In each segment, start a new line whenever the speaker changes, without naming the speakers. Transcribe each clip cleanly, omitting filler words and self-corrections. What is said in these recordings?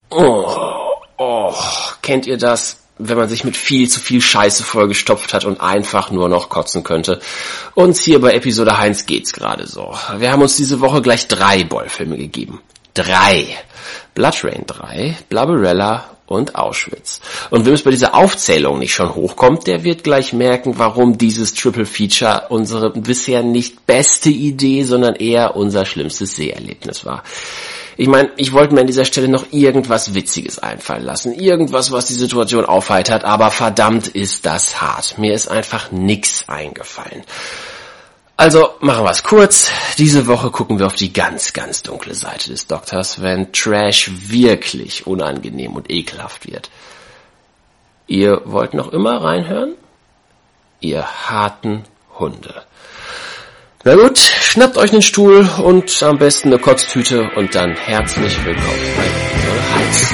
Kennt ihr das, wenn man sich mit viel zu viel Scheiße vollgestopft hat und einfach nur noch kotzen könnte? Uns hier bei Episode 1 geht's gerade so. Wir haben uns diese Woche gleich 3 Boll-Filme gegeben. 3. Blood Rain 3, Blubberella und Auschwitz. Und wem es bei dieser Aufzählung nicht schon hochkommt, der wird gleich merken, warum dieses Triple Feature unsere bisher nicht beste Idee, sondern eher unser schlimmstes Seherlebnis war. Ich meine, ich wollte mir an dieser Stelle noch irgendwas Witziges einfallen lassen. Irgendwas, was die Situation aufheitert, aber verdammt ist das hart. Mir ist einfach nix eingefallen. Also, machen wir es kurz. Diese Woche gucken wir auf die ganz, ganz dunkle Seite des Doktors, wenn Trash wirklich unangenehm und ekelhaft wird. Ihr wollt noch immer reinhören? Ihr harten Hunde. Na gut, schnappt euch einen Stuhl und am besten eine Kotztüte und dann herzlich willkommen bei Episode 1.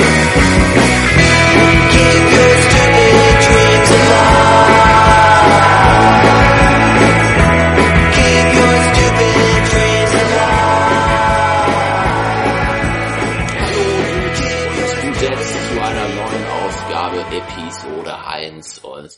Episode 1 und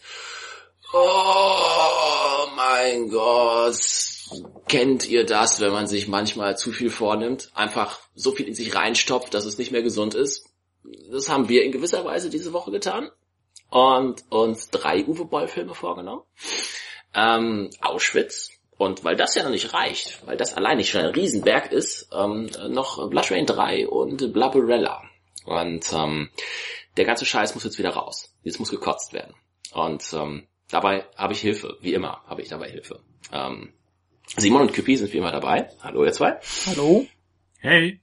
oh mein Gott, kennt ihr das, wenn man sich manchmal zu viel vornimmt, einfach so viel in sich reinstopft, dass es nicht mehr gesund ist? Das haben wir in gewisser Weise diese Woche getan und uns 3 Uwe Boll-Filme vorgenommen. Auschwitz, und weil das ja noch nicht reicht, weil das allein nicht schon ein Riesenberg ist, noch Blood Rain 3 und Blubberella. Und der ganze Scheiß muss jetzt wieder raus. Jetzt muss gekotzt werden. Und dabei habe ich Hilfe. Wie immer habe ich dabei Hilfe. Simon und Küppi sind wie immer dabei. Hallo ihr zwei.
Hallo.
Hey.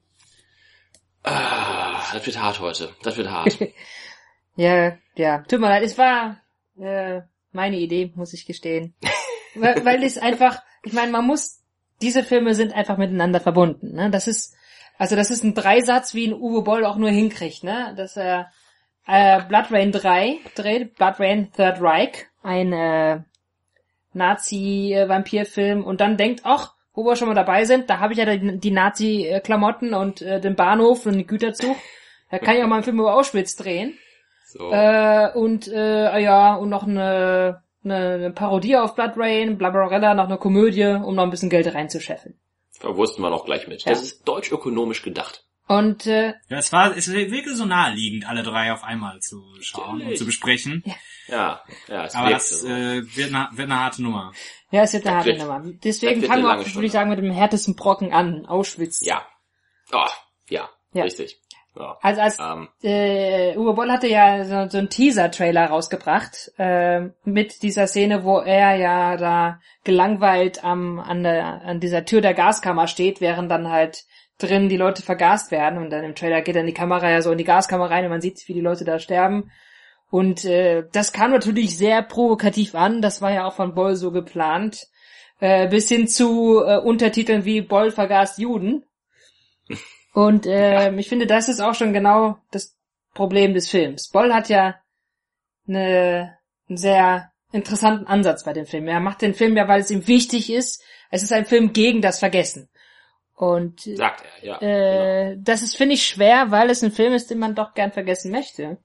Das wird hart heute. Das wird hart.
ja. Tut mir leid. Es war meine Idee, muss ich gestehen. weil es einfach, ich meine, diese Filme sind einfach miteinander verbunden. Ne? Das ist ein Dreisatz, wie ein Uwe Boll auch nur hinkriegt. Ne? Dass er Blood Rain 3 dreht, Blood Rain Third Reich, ein Nazi-Vampirfilm, und dann denkt, ach, wo wir schon mal dabei sind, da habe ich ja die Nazi-Klamotten und den Bahnhof und den Güterzug, da kann ich auch mal einen Film über Auschwitz drehen. So. Und noch eine Parodie auf Blood Rain, Blubberella, noch eine Komödie, um noch ein bisschen Geld reinzuscheffeln.
Da wussten wir noch gleich mit. Ja. Das ist deutsch-ökonomisch gedacht.
Und
es wirklich so naheliegend, alle 3 auf einmal zu schauen und zu besprechen.
Ja,
aber das so. wird eine harte Nummer.
Ja, es wird eine harte Nummer. Deswegen fangen wir auch, würde ich sagen, mit dem härtesten Brocken an, Auschwitz.
Ja. Ja. Richtig. Ja.
Also Uwe Boll hatte ja so einen Teaser-Trailer rausgebracht, mit dieser Szene, wo er ja da gelangweilt an dieser Tür der Gaskammer steht, während dann halt drin die Leute vergast werden, und dann im Trailer geht dann die Kamera ja so in die Gaskammer rein und man sieht, wie die Leute da sterben. Und das kam natürlich sehr provokativ an, das war ja auch von Boll so geplant, bis hin zu Untertiteln wie Boll vergast Juden. Und ich finde, das ist auch schon genau das Problem des Films. Boll hat ja einen sehr interessanten Ansatz bei dem Film. Er macht den Film ja, weil es ihm wichtig ist. Es ist ein Film gegen das Vergessen. Und
sagt er, ja. Genau.
Das ist, finde ich, schwer, weil es ein Film ist, den man doch gern vergessen möchte.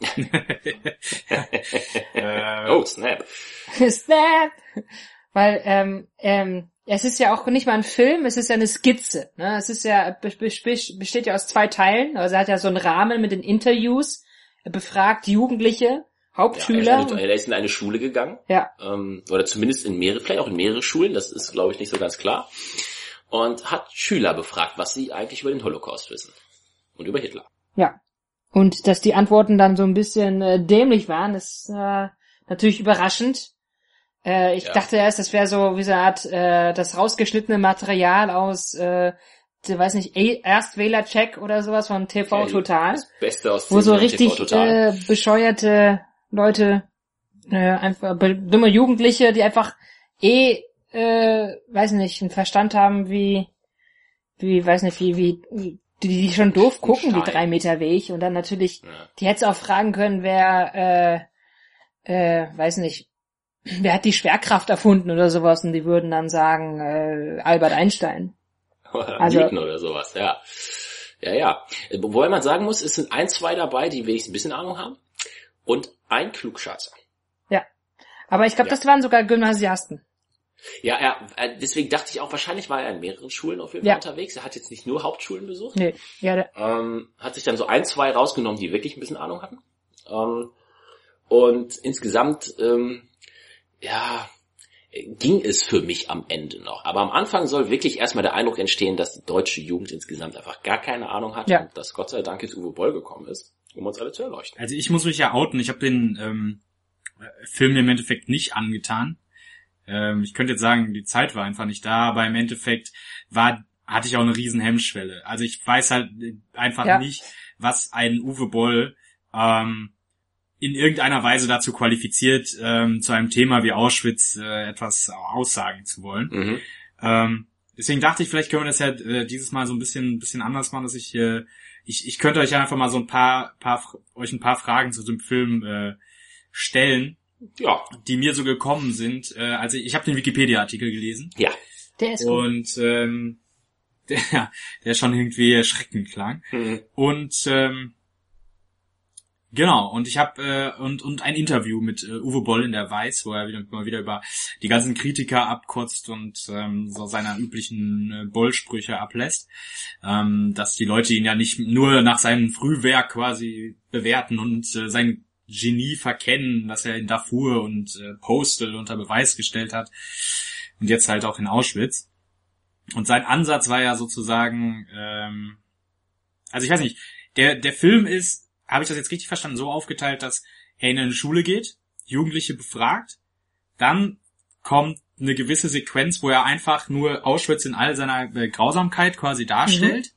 Oh, Snap.
Snap! Weil es ist ja auch nicht mal ein Film, es ist ja eine Skizze. Ne? Es ist ja besteht ja aus 2 Teilen. Also er hat ja so einen Rahmen mit den Interviews. Er befragt Jugendliche, Hauptschüler.
Ja, er ist in eine Schule gegangen.
Ja.
Oder zumindest vielleicht auch in mehrere Schulen. Das ist, glaube ich, nicht so ganz klar. Und hat Schüler befragt, was sie eigentlich über den Holocaust wissen. Und über Hitler.
Ja. Und dass die Antworten dann so ein bisschen dämlich waren, ist natürlich überraschend. Ich dachte erst, das wäre so wie so eine Art das rausgeschnittene Material aus, weiß nicht, Erstwähler-Check oder sowas von TV Total. Das
Beste aus
wo so richtig bescheuerte Leute, einfach dumme Jugendliche, die einfach weiß nicht, einen Verstand haben wie die schon doof gucken, wie 3 Meter Weg, und dann natürlich, die hätte auch fragen können, wer weiß nicht, wer hat die Schwerkraft erfunden oder sowas, und die würden dann sagen, Albert Einstein.
Also, Newton oder sowas, ja. Ja. Wobei man sagen muss, es sind 1, 2 dabei, die wenigstens ein bisschen Ahnung haben. Und ein Klugscheißer.
Ja. Aber ich glaube, das waren sogar Gymnasiasten.
Ja, deswegen dachte ich auch, wahrscheinlich war er in mehreren Schulen auf jeden Fall unterwegs. Er hat jetzt nicht nur Hauptschulen besucht.
Nee, ja.
Hat sich dann so 1, 2 rausgenommen, die wirklich ein bisschen Ahnung hatten. Und insgesamt, ging es für mich am Ende noch. Aber am Anfang soll wirklich erstmal der Eindruck entstehen, dass die deutsche Jugend insgesamt einfach gar keine Ahnung hat und dass Gott sei Dank jetzt Uwe Boll gekommen ist, um uns alle zu erleuchten.
Also ich muss mich ja outen, ich habe den Film im Endeffekt nicht angetan. Ich könnte jetzt sagen, die Zeit war einfach nicht da, aber im Endeffekt hatte ich auch eine riesen Hemmschwelle. Also ich weiß halt einfach nicht, was ein Uwe Boll in irgendeiner Weise dazu qualifiziert, zu einem Thema wie Auschwitz etwas aussagen zu wollen. Deswegen dachte ich, vielleicht können wir das ja dieses Mal so ein bisschen anders machen, dass ich könnte euch einfach mal so ein paar Fragen zu dem Film stellen, die mir so gekommen sind. Also ich habe den Wikipedia-Artikel gelesen.
Ja. Der ist gut.
Und der schon irgendwie erschreckend klang. Und genau, und ich habe und ein Interview mit Uwe Boll in der Weiß, wo er mal wieder über die ganzen Kritiker abkotzt und so seine üblichen Boll-Sprüche ablässt, dass die Leute ihn ja nicht nur nach seinem Frühwerk quasi bewerten und sein Genie verkennen, dass er in Darfur und Postal unter Beweis gestellt hat und jetzt halt auch in Auschwitz. Und sein Ansatz war ja sozusagen, also ich weiß nicht, der Film ist, habe ich das jetzt richtig verstanden, so aufgeteilt, dass er in eine Schule geht, Jugendliche befragt, dann kommt eine gewisse Sequenz, wo er einfach nur Auschwitz in all seiner Grausamkeit quasi darstellt.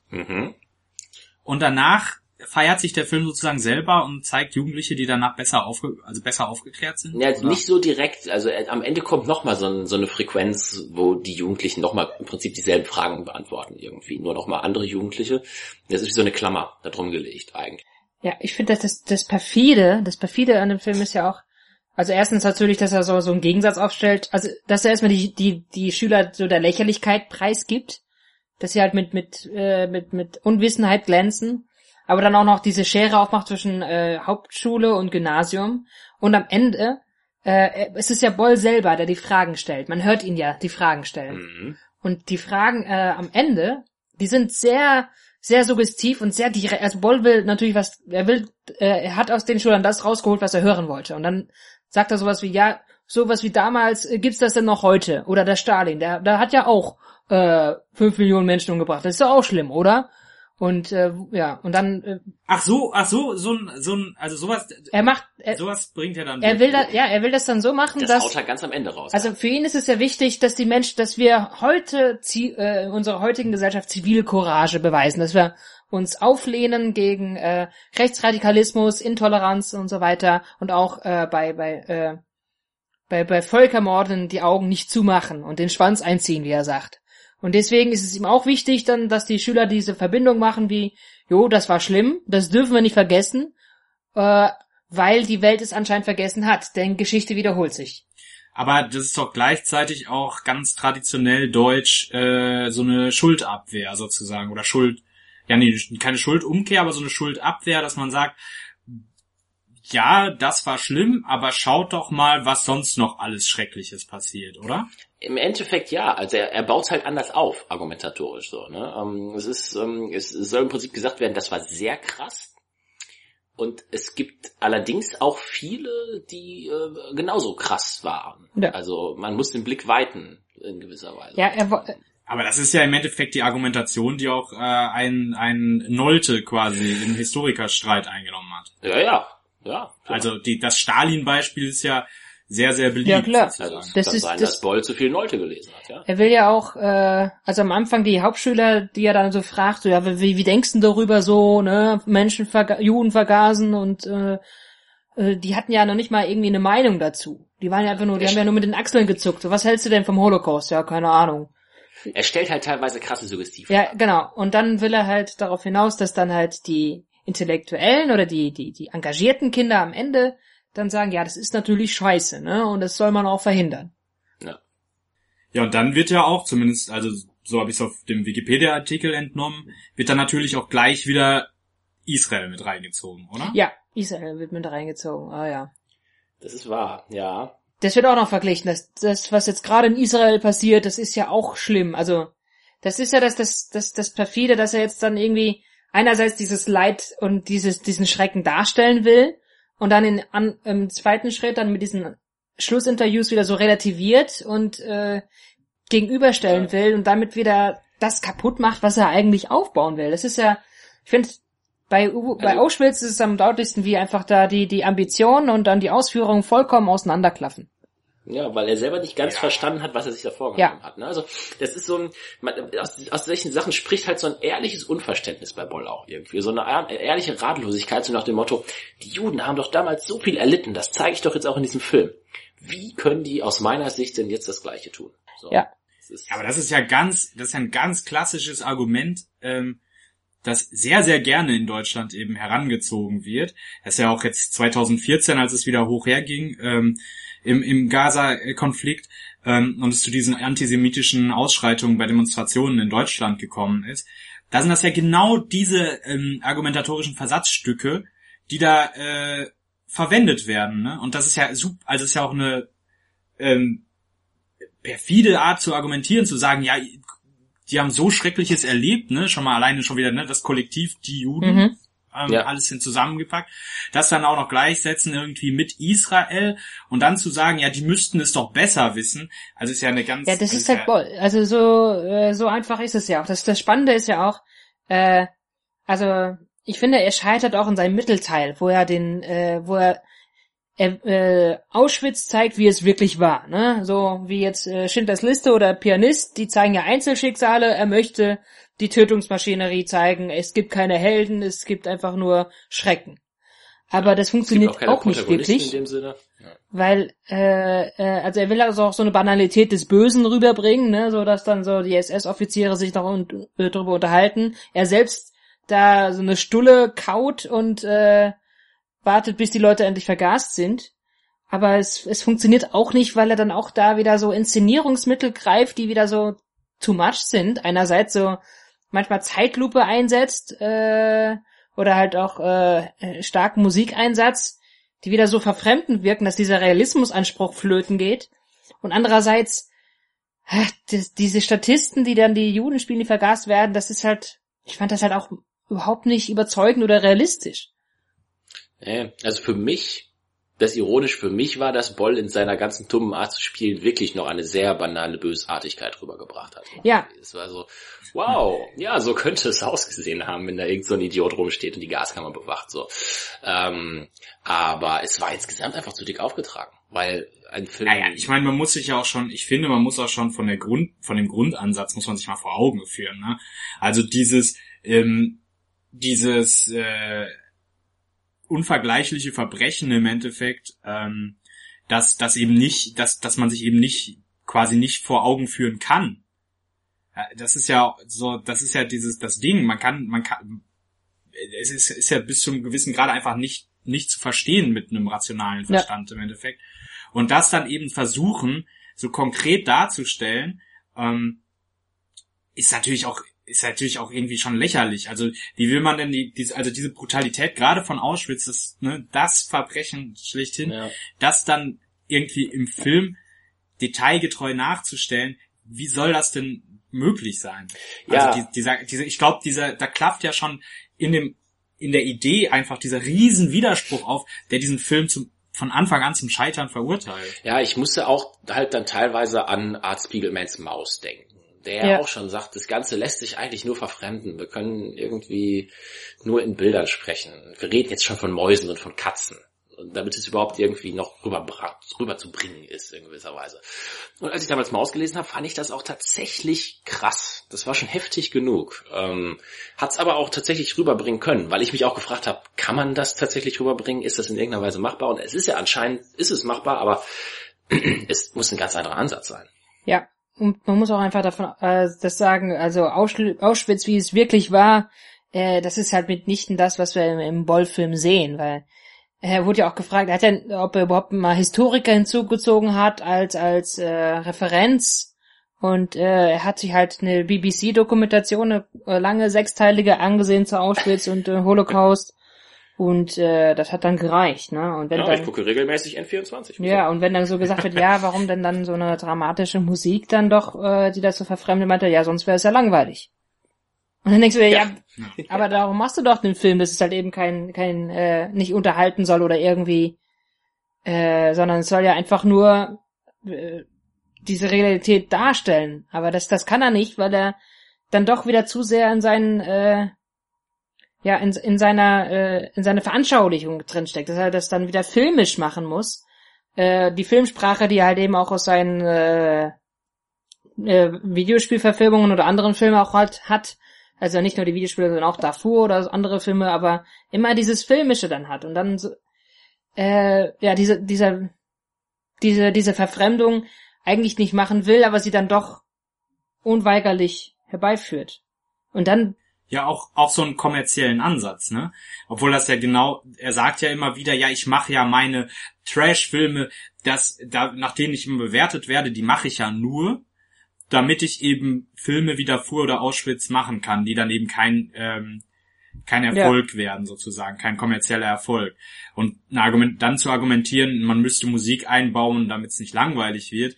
Und danach feiert sich der Film sozusagen selber und zeigt Jugendliche, die danach besser aufgeklärt sind?
Ja, nicht so direkt. Also am Ende kommt nochmal so eine Frequenz, wo die Jugendlichen nochmal im Prinzip dieselben Fragen beantworten irgendwie. Nur nochmal andere Jugendliche. Das ist wie so eine Klammer da drum gelegt eigentlich.
Ja, ich finde, dass das perfide an dem Film ist ja auch, also erstens natürlich, dass er so einen Gegensatz aufstellt, also dass er erstmal die Schüler so der Lächerlichkeit preisgibt, dass sie halt mit Unwissenheit glänzen, aber dann auch noch diese Schere aufmacht zwischen Hauptschule und Gymnasium. Und am Ende, es ist ja Boll selber, der die Fragen stellt. Man hört ihn ja die Fragen stellen. Und die Fragen am Ende, die sind sehr, sehr suggestiv und sehr direkt. Also Boll will natürlich er hat aus den Schülern das rausgeholt, was er hören wollte. Und dann sagt er sowas wie damals, gibt's das denn noch heute? Oder der Stalin, der hat ja auch 5 Millionen Menschen umgebracht. Das ist doch auch schlimm, oder? Und und dann
so ein also sowas sowas bringt er dann.
Er will das dann so machen,
das
dass
haut er ganz am Ende raus.
Also für ihn ist es ja wichtig, dass dass wir heute in unserer heutigen Gesellschaft Zivilcourage beweisen, dass wir uns auflehnen gegen Rechtsradikalismus, Intoleranz und so weiter und auch bei Völkermorden die Augen nicht zumachen und den Schwanz einziehen, wie er sagt. Und deswegen ist es ihm auch wichtig dann, dass die Schüler diese Verbindung machen wie, das war schlimm, das dürfen wir nicht vergessen, weil die Welt es anscheinend vergessen hat, denn Geschichte wiederholt sich.
Aber das ist doch gleichzeitig auch ganz traditionell deutsch so eine Schuldabwehr sozusagen oder keine Schuldumkehr, aber so eine Schuldabwehr, dass man sagt, ja, das war schlimm, aber schaut doch mal, was sonst noch alles Schreckliches passiert, oder?
Im Endeffekt ja, also er baut es halt anders auf, argumentatorisch so. Ne? Es soll im Prinzip gesagt werden, das war sehr krass. Und es gibt allerdings auch viele, die genauso krass waren. Ja. Also man muss den Blick weiten in gewisser Weise.
Ja,
aber das ist ja im Endeffekt die Argumentation, die auch ein Nolte quasi im Historikerstreit eingenommen hat.
Ja. Klar.
Also das Stalin-Beispiel ist ja sehr, sehr beliebt.
Ja, klar.
Also das kann sein, dass Boll zu viel Nolte gelesen hat, ja.
Er will ja auch, also am Anfang die Hauptschüler, die er dann so fragt, so, ja, wie denkst du darüber so, ne, Juden vergasen und die hatten ja noch nicht mal irgendwie eine Meinung dazu. Die waren ja einfach nur, die haben ja nur mit den Achseln zuckt. So, was hältst du denn vom Holocaust? Ja, keine Ahnung.
Er stellt halt teilweise krasse Suggestive.
Ja, genau. Und dann will er halt darauf hinaus, dass dann halt die Intellektuellen oder die engagierten Kinder am Ende dann sagen, ja, das ist natürlich scheiße, ne? Und das soll man auch verhindern.
Ja, und dann wird ja auch zumindest, also so habe ich es auf dem Wikipedia-Artikel entnommen, wird dann natürlich auch gleich wieder Israel mit reingezogen, oder?
Ja, Israel wird mit reingezogen, ja.
Das ist wahr, ja.
Das wird auch noch verglichen. Das, was jetzt gerade in Israel passiert, das ist ja auch schlimm. Also, das ist ja das Perfide, dass er jetzt dann irgendwie einerseits dieses Leid und diesen Schrecken darstellen will und dann im zweiten Schritt dann mit diesen Schlussinterviews wieder so relativiert und gegenüberstellen will und damit wieder das kaputt macht, was er eigentlich aufbauen will. Das ist ja, ich finde, bei Auschwitz ist es am deutlichsten, wie einfach da die Ambitionen und dann die Ausführungen vollkommen auseinanderklaffen.
Ja, weil er selber nicht ganz verstanden hat, was er sich da vorgenommen hat. Ne? Also das ist so aus solchen Sachen spricht halt so ein ehrliches Unverständnis bei Boll auch irgendwie. So eine ehrliche Ratlosigkeit, so nach dem Motto, die Juden haben doch damals so viel erlitten, das zeige ich doch jetzt auch in diesem Film. Wie können die aus meiner Sicht denn jetzt das Gleiche tun? So.
Ja.
Aber das ist ja ein ganz klassisches Argument, das sehr, sehr gerne in Deutschland eben herangezogen wird. Das ist ja auch jetzt 2014, als es wieder hoch herging, im Gaza-Konflikt, und es zu diesen antisemitischen Ausschreitungen bei Demonstrationen in Deutschland gekommen ist. Da sind das ja genau diese argumentatorischen Versatzstücke, die da verwendet werden, ne? Und das ist ja also ist ja auch eine perfide Art zu argumentieren, zu sagen, ja, die haben so Schreckliches erlebt, ne, schon mal alleine schon wieder, ne, das Kollektiv, die Juden, alles sind zusammengepackt, das dann auch noch gleichsetzen irgendwie mit Israel und dann zu sagen, ja, die müssten es doch besser wissen, also ist ja eine ganz...
Ja, das ist halt, also so einfach ist es ja auch. Das Spannende ist ja auch, also ich finde, er scheitert auch in seinem Mittelteil, wo er Auschwitz zeigt, wie es wirklich war, ne? So wie jetzt Schindlers Liste oder Pianist, die zeigen ja Einzelschicksale, er möchte die Tötungsmaschinerie zeigen, es gibt keine Helden, es gibt einfach nur Schrecken. Aber das funktioniert auch nicht wirklich,
in dem Sinne. Ja.
Weil also er will also auch so eine Banalität des Bösen rüberbringen, ne, so dass dann so die SS-Offiziere sich noch darüber unterhalten, er selbst da so eine Stulle kaut und wartet, bis die Leute endlich vergast sind. Aber es funktioniert auch nicht, weil er dann auch da wieder so Inszenierungsmittel greift, die wieder so too much sind. Einerseits so manchmal Zeitlupe einsetzt oder halt auch starken Musikeinsatz, die wieder so verfremdend wirken, dass dieser Realismusanspruch flöten geht. Und andererseits diese Statisten, die dann die Juden spielen, die vergast werden, das ist halt, ich fand das halt auch überhaupt nicht überzeugend oder realistisch.
Also für mich, das ironisch für mich war, dass Boll in seiner ganzen tummen Art zu spielen wirklich noch eine sehr banale Bösartigkeit rübergebracht hat.
Ja.
Es war so, wow, ja, so könnte es ausgesehen haben, wenn da irgend so ein Idiot rumsteht und die Gaskammer bewacht, so. Aber es war insgesamt einfach zu dick aufgetragen, weil ein Film...
Naja, ich meine, man muss sich ja auch schon, ich finde, man muss auch schon von dem Grundansatz muss man sich mal vor Augen führen, ne? Also dieses unvergleichliche Verbrechen im Endeffekt, dass man sich eben nicht quasi nicht vor Augen führen kann. Das ist ja das Ding, man kann, es ist ja bis zu einem gewissen Grad einfach nicht zu verstehen mit einem rationalen Verstand im Endeffekt. Und das dann eben versuchen, so konkret darzustellen, ist natürlich auch irgendwie schon lächerlich. Also, wie will man denn diese Brutalität, gerade von Auschwitz, das Verbrechen schlechthin, das dann irgendwie im Film detailgetreu nachzustellen, wie soll das denn möglich sein?
Ja.
Also, ich glaube, da klafft ja schon in der Idee einfach dieser riesen Widerspruch auf, der diesen Film von Anfang an zum Scheitern verurteilt.
Ja, ich musste auch halt dann teilweise an Art Spiegelmans Maus denken. Der auch schon sagt, das Ganze lässt sich eigentlich nur verfremden. Wir können irgendwie nur in Bildern sprechen. Wir reden jetzt schon von Mäusen und von Katzen. Und damit es überhaupt irgendwie noch rüberzubringen ist in gewisser Weise. Und als ich damals Maus gelesen habe, fand ich das auch tatsächlich krass. Das war schon heftig genug. Hat's aber auch tatsächlich rüberbringen können, weil ich mich auch gefragt habe, kann man das tatsächlich rüberbringen? Ist das in irgendeiner Weise machbar? Und es ist ja anscheinend, ist es machbar, aber es muss ein ganz anderer Ansatz sein.
Ja. Und man muss auch einfach davon das sagen, also Auschwitz, wie es wirklich war, das ist halt mitnichten das, was wir im Boll-Film sehen, weil er wurde ja auch gefragt, ob er überhaupt mal Historiker hinzugezogen hat als Referenz Und er hat sich halt eine BBC-Dokumentation, eine lange 6-teilige angesehen zu Auschwitz und Holocaust. Und das hat dann gereicht, ne? Und wenn
ja,
dann,
ich gucke regelmäßig N24.
Ja, und wenn dann so gesagt wird, ja, warum denn dann so eine dramatische Musik dann doch, die das so verfremdet, meinte, ja, sonst wäre es ja langweilig. Und dann denkst du dir, ja, aber darum machst du doch den Film, dass es halt eben kein nicht unterhalten soll oder irgendwie, sondern es soll ja einfach nur diese Realität darstellen. Aber das kann er nicht, weil er dann doch wieder zu sehr in seinen in seine Veranschaulichung drinsteckt, dass er das dann wieder filmisch machen muss. Die Filmsprache, die er halt eben auch aus seinen Videospielverfilmungen oder anderen Filmen auch halt hat, also nicht nur die Videospiele, sondern auch Darfur oder andere Filme, aber immer dieses Filmische dann hat und dann so, diese Verfremdung eigentlich nicht machen will, aber sie dann doch unweigerlich herbeiführt. Und dann
ja auch so einen kommerziellen Ansatz, ne? Obwohl das ja genau, er sagt ja immer wieder, ja, ich mache ja meine Trash-Filme, nach denen ich immer bewertet werde, die mache ich ja nur, damit ich eben Filme wie Darfur oder Auschwitz machen kann, die dann eben kein Erfolg werden, sozusagen, kein kommerzieller Erfolg. Und dann zu argumentieren, man müsste Musik einbauen, damit es nicht langweilig wird,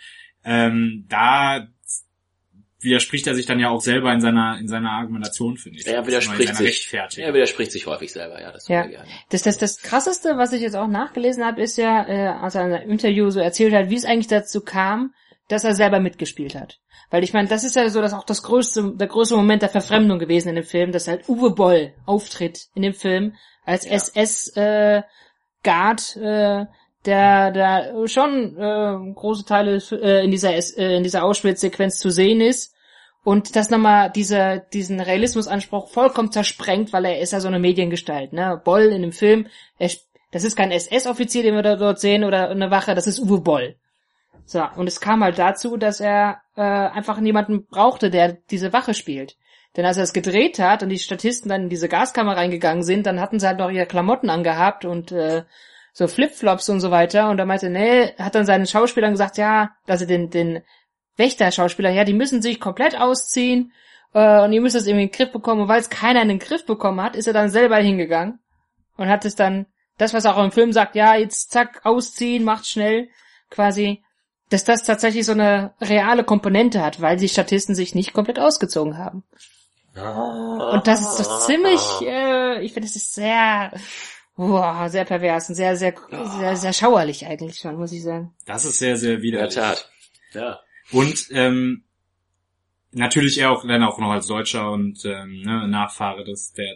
da widerspricht er sich dann ja auch selber in seiner Argumentation, finde ich.
Er widerspricht sich häufig selber, ja. Das
Das Krasseste, was ich jetzt auch nachgelesen habe, ist ja, als er in einem Interview so erzählt hat, wie es eigentlich dazu kam, dass er selber mitgespielt hat. Weil ich meine, das ist ja so, dass auch der größte Moment der Verfremdung gewesen in dem Film, dass halt Uwe Boll auftritt in dem Film als SS-Guard, der schon große Teile in dieser Auschwitz-Sequenz zu sehen ist und das nochmal diesen Realismusanspruch vollkommen zersprengt, weil er ist ja so eine Mediengestalt, ne? Boll in dem Film, das ist kein SS-Offizier, den wir da dort sehen oder eine Wache, das ist Uwe Boll. So, und es kam halt dazu, dass er einfach niemanden brauchte, der diese Wache spielt. Denn als er es gedreht hat und die Statisten dann in diese Gaskammer reingegangen sind, dann hatten sie halt noch ihre Klamotten angehabt und so Flipflops und so weiter. Und er meinte, hat dann seinen Schauspielern gesagt, ja, also den Wächter-Schauspielern, ja, die müssen sich komplett ausziehen und ihr müsst das irgendwie in den Griff bekommen. Und weil es keiner in den Griff bekommen hat, ist er dann selber hingegangen und hat es dann, das, was er auch im Film sagt, ja, jetzt zack, ausziehen, macht schnell, quasi, dass das tatsächlich so eine reale Komponente hat, weil die Statisten sich nicht komplett ausgezogen haben. Und das ist so ziemlich, ich finde, das ist sehr pervers und sehr, sehr, sehr, sehr schauerlich eigentlich schon, muss ich sagen.
Das ist sehr, sehr widerlich.
In der Tat. Ja.
Und natürlich er auch noch als Deutscher und Nachfahre der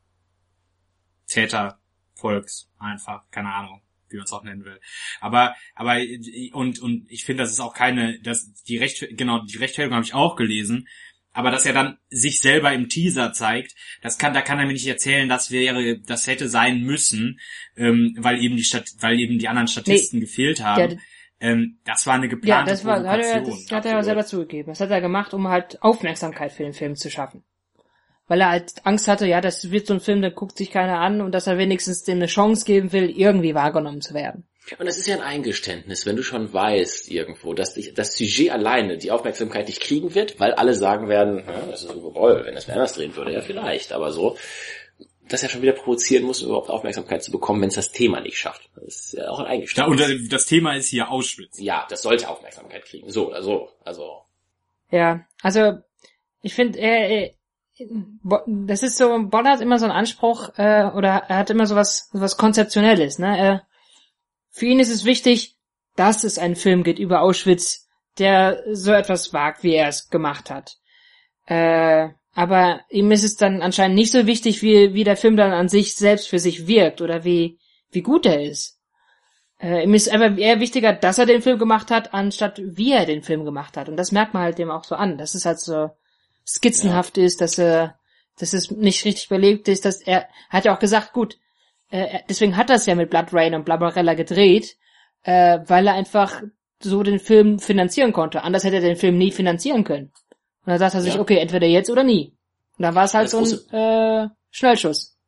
Tätervolks einfach, keine Ahnung, wie man es auch nennen will. Aber und ich finde, das ist auch die Rechtfertigung habe ich auch gelesen, aber dass er dann sich selber im Teaser zeigt, da kann er mir nicht erzählen, das hätte sein müssen, weil eben die anderen Statisten gefehlt haben. Das war eine geplante Provokation.
Das hat er selber zugegeben. Das hat er gemacht, um halt Aufmerksamkeit für den Film zu schaffen. Weil er halt Angst hatte, ja, das wird so ein Film, der guckt sich keiner an und dass er wenigstens dem eine Chance geben will, irgendwie wahrgenommen zu werden.
Und das ist ja ein Eingeständnis, wenn du schon weißt irgendwo, dass das Sujet alleine die Aufmerksamkeit nicht kriegen wird, weil alle sagen werden, das ist Uwe Boll, wenn das wer anders drehen würde, ja vielleicht, aber so, dass er schon wieder provozieren muss, um überhaupt Aufmerksamkeit zu bekommen, wenn es das Thema nicht schafft. Das ist ja auch ein Eingeständnis.
Ja, und das Thema ist hier Auschwitz.
Ja, das sollte Aufmerksamkeit kriegen, so oder so, also.
Ja, also, ich finde, das ist so, Boll hat immer so einen Anspruch, oder er hat immer so was Konzeptionelles, ne? Für ihn ist es wichtig, dass es einen Film gibt über Auschwitz, der so etwas wagt, wie er es gemacht hat. Aber ihm ist es dann anscheinend nicht so wichtig, wie der Film dann an sich selbst für sich wirkt oder wie gut er ist. Ihm ist einfach eher wichtiger, dass er den Film gemacht hat, anstatt wie er den Film gemacht hat. Und das merkt man halt dem auch so an, dass es halt so skizzenhaft ist, dass es nicht richtig überlegt ist, dass er hat ja auch gesagt, gut, deswegen hat er es ja mit Blood Rain und Barbarella gedreht, weil er einfach so den Film finanzieren konnte. Anders hätte er den Film nie finanzieren können. Und dann sagt er sich, okay, entweder jetzt oder nie. Und dann war es halt so ein Schnellschuss.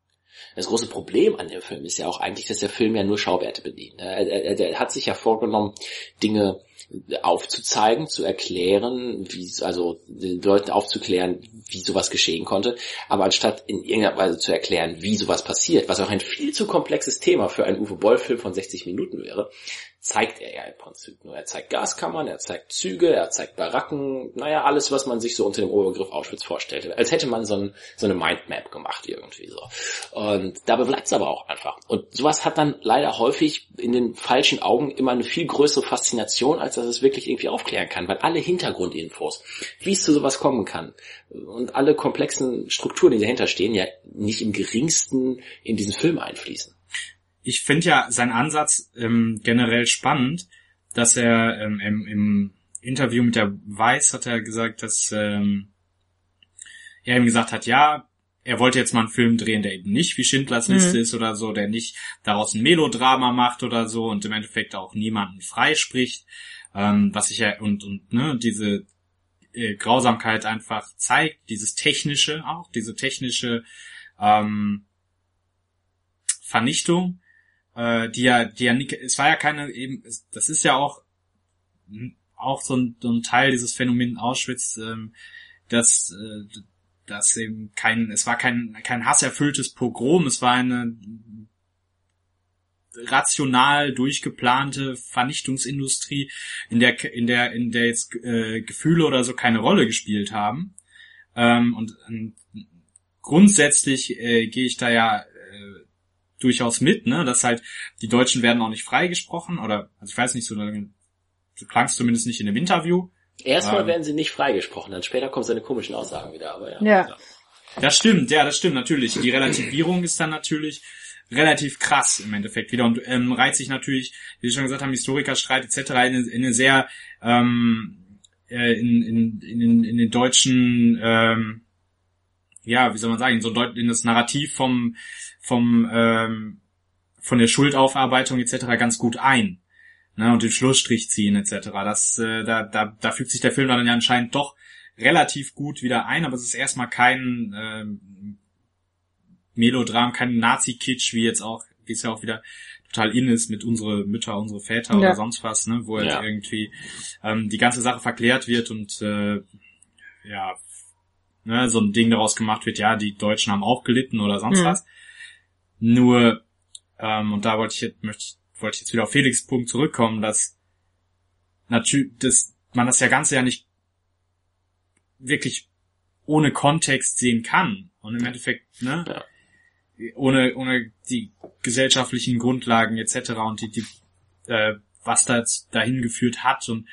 Das große Problem an dem Film ist ja auch eigentlich, dass der Film ja nur Schauwerte bedient. Er hat sich ja vorgenommen, Dinge aufzuzeigen, zu erklären, also den Leuten aufzuklären, wie sowas geschehen konnte, aber anstatt in irgendeiner Weise zu erklären, wie sowas passiert, was auch ein viel zu komplexes Thema für einen Uwe Boll-Film von 60 Minuten wäre, zeigt er ja im Prinzip nur. Er zeigt Gaskammern, er zeigt Züge, er zeigt Baracken, alles, was man sich so unter dem Oberbegriff Auschwitz vorstellte. Als hätte man so eine Mindmap gemacht irgendwie so. Und dabei bleibt's aber auch einfach. Und sowas hat dann leider häufig in den falschen Augen immer eine viel größere Faszination, als dass es wirklich irgendwie aufklären kann, weil alle Hintergrundinfos, wie es zu sowas kommen kann und alle komplexen Strukturen, die dahinter stehen, ja nicht im geringsten in diesen Film einfließen.
Ich finde ja seinen Ansatz generell spannend, dass er im Interview mit der Vice hat er gesagt, dass er ihm gesagt hat, ja, er wollte jetzt mal einen Film drehen, der eben nicht wie Schindlers Liste ist oder so, der nicht daraus ein Melodrama macht oder so und im Endeffekt auch niemanden freispricht, was sich ja und diese Grausamkeit einfach zeigt, diese technische Vernichtung, die ja nicht, es war ja keine eben, das ist ja auch so ein Teil dieses Phänomen Auschwitz, dass eben es war kein hasserfülltes Pogrom, es war eine rational durchgeplante Vernichtungsindustrie, in der jetzt Gefühle oder so keine Rolle gespielt haben. Und grundsätzlich gehe ich da ja durchaus mit, ne, dass halt die Deutschen werden auch nicht freigesprochen oder, also ich weiß nicht, so klang's zumindest nicht in dem Interview.
Erstmal werden sie nicht freigesprochen, dann später kommen seine komischen Aussagen wieder, aber
ja.
Das stimmt natürlich. Die Relativierung ist dann natürlich relativ krass im Endeffekt wieder und reiht sich natürlich, wie Sie schon gesagt haben, Historikerstreit etc. in eine sehr in den deutschen wie soll man sagen, in das Narrativ von der Schuldaufarbeitung etc. ganz gut ein, ne, und den Schlussstrich ziehen etc. Da fügt sich der Film dann ja anscheinend doch relativ gut wieder ein, aber es ist erstmal kein Melodram, kein Nazi-Kitsch, wie es ja auch wieder total in ist mit unsere Mütter, unsere Väter oder sonst was, ne, wo jetzt irgendwie die ganze Sache verklärt wird und so ein Ding daraus gemacht wird, ja, die Deutschen haben auch gelitten oder sonst was. Nur, und da wollte ich jetzt wieder auf Felix' Punkt zurückkommen, dass natürlich, man das Ganze ja nicht wirklich ohne Kontext sehen kann. Und im Endeffekt, ne, ohne die gesellschaftlichen Grundlagen etc. und die was da jetzt dahin geführt hat und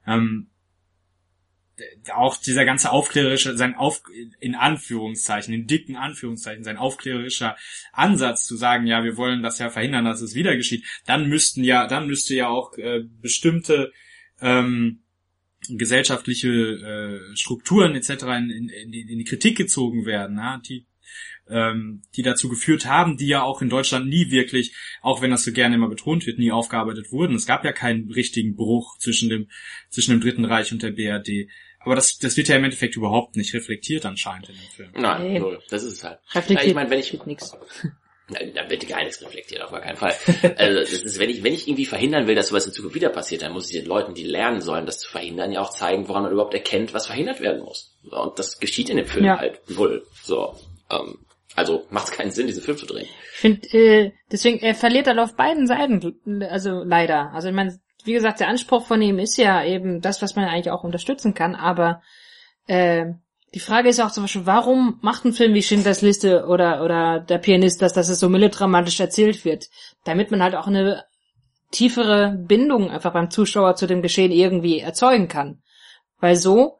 auch dieser ganze aufklärerische, in dicken Anführungszeichen, sein aufklärerischer Ansatz zu sagen, ja, wir wollen das ja verhindern, dass es wieder geschieht, dann müsste ja auch bestimmte gesellschaftliche Strukturen etc. in die Kritik gezogen werden, ja, die dazu geführt haben, die ja auch in Deutschland nie wirklich, auch wenn das so gerne immer betont wird, nie aufgearbeitet wurden. Es gab ja keinen richtigen Bruch zwischen dem Dritten Reich und der BRD. Aber das wird ja im Endeffekt überhaupt nicht reflektiert anscheinend in dem Film.
Nein, null. Das ist es halt.
Reflektiert, ich meine, wenn ich nichts.
Da wird gar nichts reflektiert, auf gar keinen Fall. Also das ist, wenn ich irgendwie verhindern will, dass sowas in Zukunft wieder passiert, dann muss ich den Leuten, die lernen sollen, das zu verhindern, ja auch zeigen, woran man überhaupt erkennt, was verhindert werden muss. Und das geschieht in dem Film halt null. So, also macht es keinen Sinn, diesen Film zu drehen.
Ich finde, deswegen, er verliert halt auf beiden Seiten, also leider. Also ich meine, wie gesagt, der Anspruch von ihm ist ja eben das, was man eigentlich auch unterstützen kann, aber die Frage ist auch zum Beispiel, warum macht ein Film wie Schindlers Liste oder Der Pianist dass es so melodramatisch erzählt wird? Damit man halt auch eine tiefere Bindung einfach beim Zuschauer zu dem Geschehen irgendwie erzeugen kann. Weil so,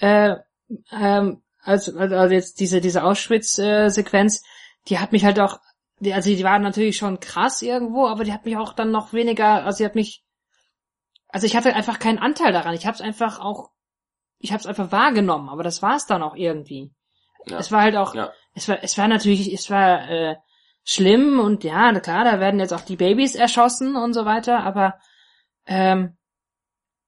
also jetzt diese Auschwitz-Sequenz, die hat mich halt auch, die war natürlich schon krass irgendwo, aber die hat mich auch dann noch weniger, ich hatte einfach keinen Anteil daran. Ich hab's einfach wahrgenommen, aber das war's dann auch irgendwie. Ja. Es war halt auch, es war natürlich schlimm und ja, klar, da werden jetzt auch die Babys erschossen und so weiter, aber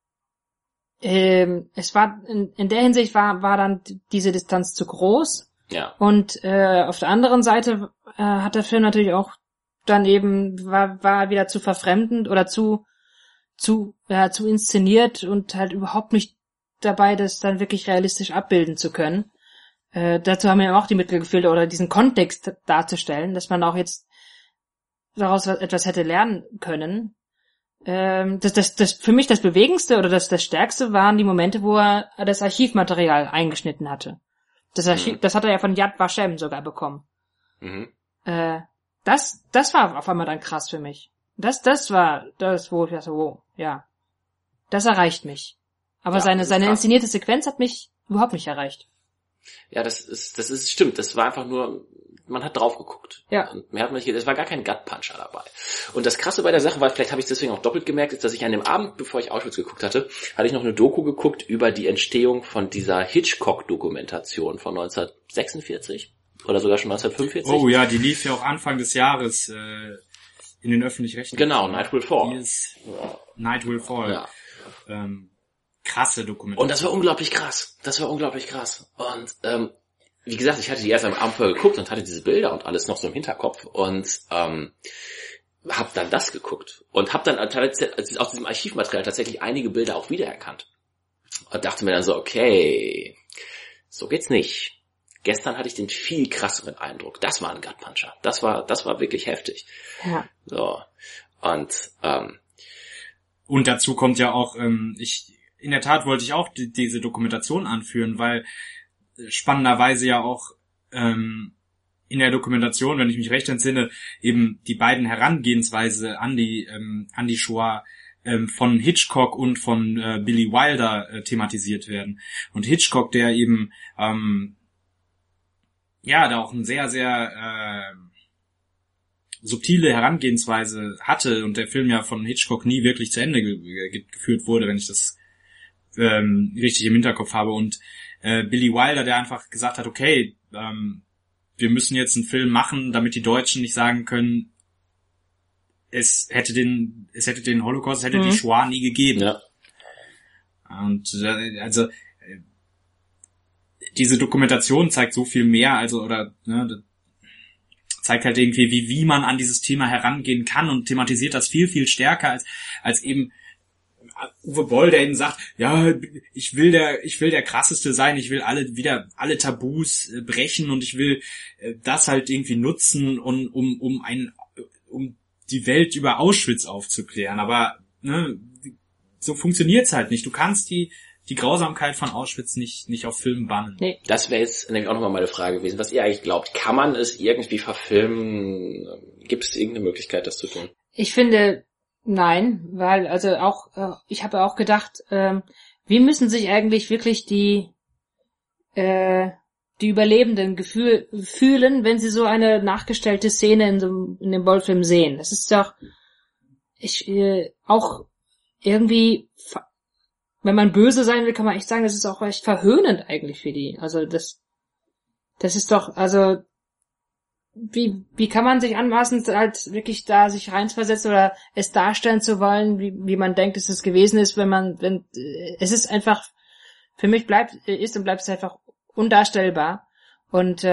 es war in der Hinsicht war dann diese Distanz zu groß.
Ja.
Und auf der anderen Seite hat der Film natürlich auch dann eben war wieder zu verfremdend oder zu inszeniert und halt überhaupt nicht dabei, das dann wirklich realistisch abbilden zu können. Dazu haben mir auch die Mittel gefehlt, oder diesen Kontext darzustellen, dass man auch jetzt daraus etwas hätte lernen können. Das für mich das Bewegendste oder das Stärkste waren die Momente, wo er das Archivmaterial eingeschnitten hatte. Das hat er ja von Yad Vashem sogar bekommen.
Mhm.
Das war auf einmal dann krass für mich. Das war das, wo ich dachte, wow, ja, das erreicht mich. Aber
Ja,
seine inszenierte Sequenz hat mich überhaupt nicht erreicht.
Ja, stimmt. Das war einfach nur, man hat drauf geguckt.
Ja.
Und mehr hat man nicht, es war gar kein Gut-Puncher dabei. Und das Krasse bei der Sache war, vielleicht habe ich es deswegen auch doppelt gemerkt, ist, dass ich an dem Abend, bevor ich Auschwitz geguckt hatte ich noch eine Doku geguckt über die Entstehung von dieser Hitchcock-Dokumentation von 1946 oder sogar schon 1945.
Oh ja, die lief ja auch Anfang des Jahres in den öffentlich-rechtlichen.
Genau, Night Will Fall.
Night Will Fall.
Ja.
Krasse Dokumentation.
Und das war unglaublich krass. Und wie gesagt, ich hatte die erst am Abend vorher geguckt und hatte diese Bilder und alles noch so im Hinterkopf und hab dann das geguckt und hab dann aus diesem Archivmaterial tatsächlich einige Bilder auch wiedererkannt. Und dachte mir dann so, okay, so geht's nicht. Gestern hatte ich den viel krasseren Eindruck. Das war ein Gut-Puncher. Das war wirklich heftig.
Ja.
So.
Und dazu kommt ja auch, in der Tat wollte ich auch diese Dokumentation anführen, weil spannenderweise ja auch in der Dokumentation, wenn ich mich recht entsinne, eben die beiden Herangehensweise an die Shoah von Hitchcock und von Billy Wilder thematisiert werden. Und Hitchcock, der eben da auch eine sehr, sehr subtile Herangehensweise hatte und der Film ja von Hitchcock nie wirklich zu Ende geführt wurde, wenn ich das richtig im Hinterkopf habe. Und Billy Wilder, der einfach gesagt hat, okay, wir müssen jetzt einen Film machen, damit die Deutschen nicht sagen können, es hätte den Holocaust, es hätte die Shoah nie gegeben.
Ja.
Und diese Dokumentation zeigt so viel mehr, zeigt halt irgendwie, wie man an dieses Thema herangehen kann und thematisiert das viel, viel stärker als eben Uwe Boll, der eben sagt, ja, ich will der krasseste sein, ich will alle Tabus brechen und ich will das halt irgendwie nutzen, um die Welt über Auschwitz aufzuklären. Aber so funktioniert's halt nicht. Du kannst die Grausamkeit von Auschwitz nicht auf Film bannen.
Nee.
Das wäre jetzt auch nochmal meine Frage gewesen, was ihr eigentlich glaubt. Kann man es irgendwie verfilmen? Gibt es irgendeine Möglichkeit, das zu tun?
Ich finde, nein, weil ich habe auch gedacht, wie müssen sich eigentlich wirklich die Überlebenden fühlen, wenn sie so eine nachgestellte Szene in dem Boll-Film sehen. Das ist doch auch irgendwie, wenn man böse sein will, kann man echt sagen, das ist auch echt verhöhnend eigentlich für die. Also das ist doch, also wie kann man sich anmaßen, halt wirklich da sich reinversetzen oder es darstellen zu wollen, wie man denkt, dass es gewesen ist, wenn es ist einfach, für mich bleibt es einfach undarstellbar. Und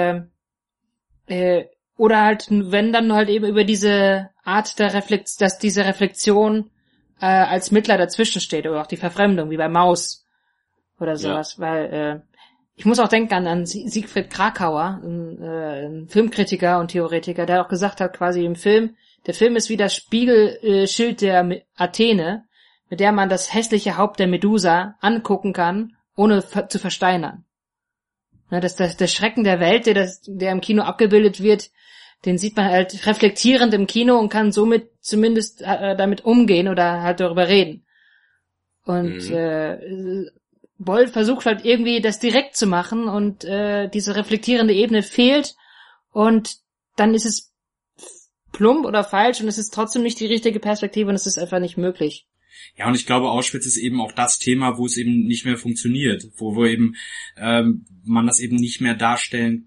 oder halt, wenn dann halt eben über diese Art dass diese Reflexion als Mittler dazwischen steht, oder auch die Verfremdung, wie bei Maus oder sowas, ja. Weil ich muss auch denken an Siegfried Krakauer, ein Filmkritiker und Theoretiker, der auch gesagt hat, quasi der Film ist wie das Spiegelschild der Athene, mit der man das hässliche Haupt der Medusa angucken kann, ohne zu versteinern. Der Schrecken der Welt, der im Kino abgebildet wird, den sieht man halt reflektierend im Kino und kann somit zumindest damit umgehen oder halt darüber reden. Und Boll versucht halt irgendwie das direkt zu machen und diese reflektierende Ebene fehlt und dann ist es plump oder falsch und es ist trotzdem nicht die richtige Perspektive und es ist einfach nicht möglich.
Ja, und ich glaube, Auschwitz ist eben auch das Thema, wo es eben nicht mehr funktioniert, wo eben man das eben nicht mehr darstellen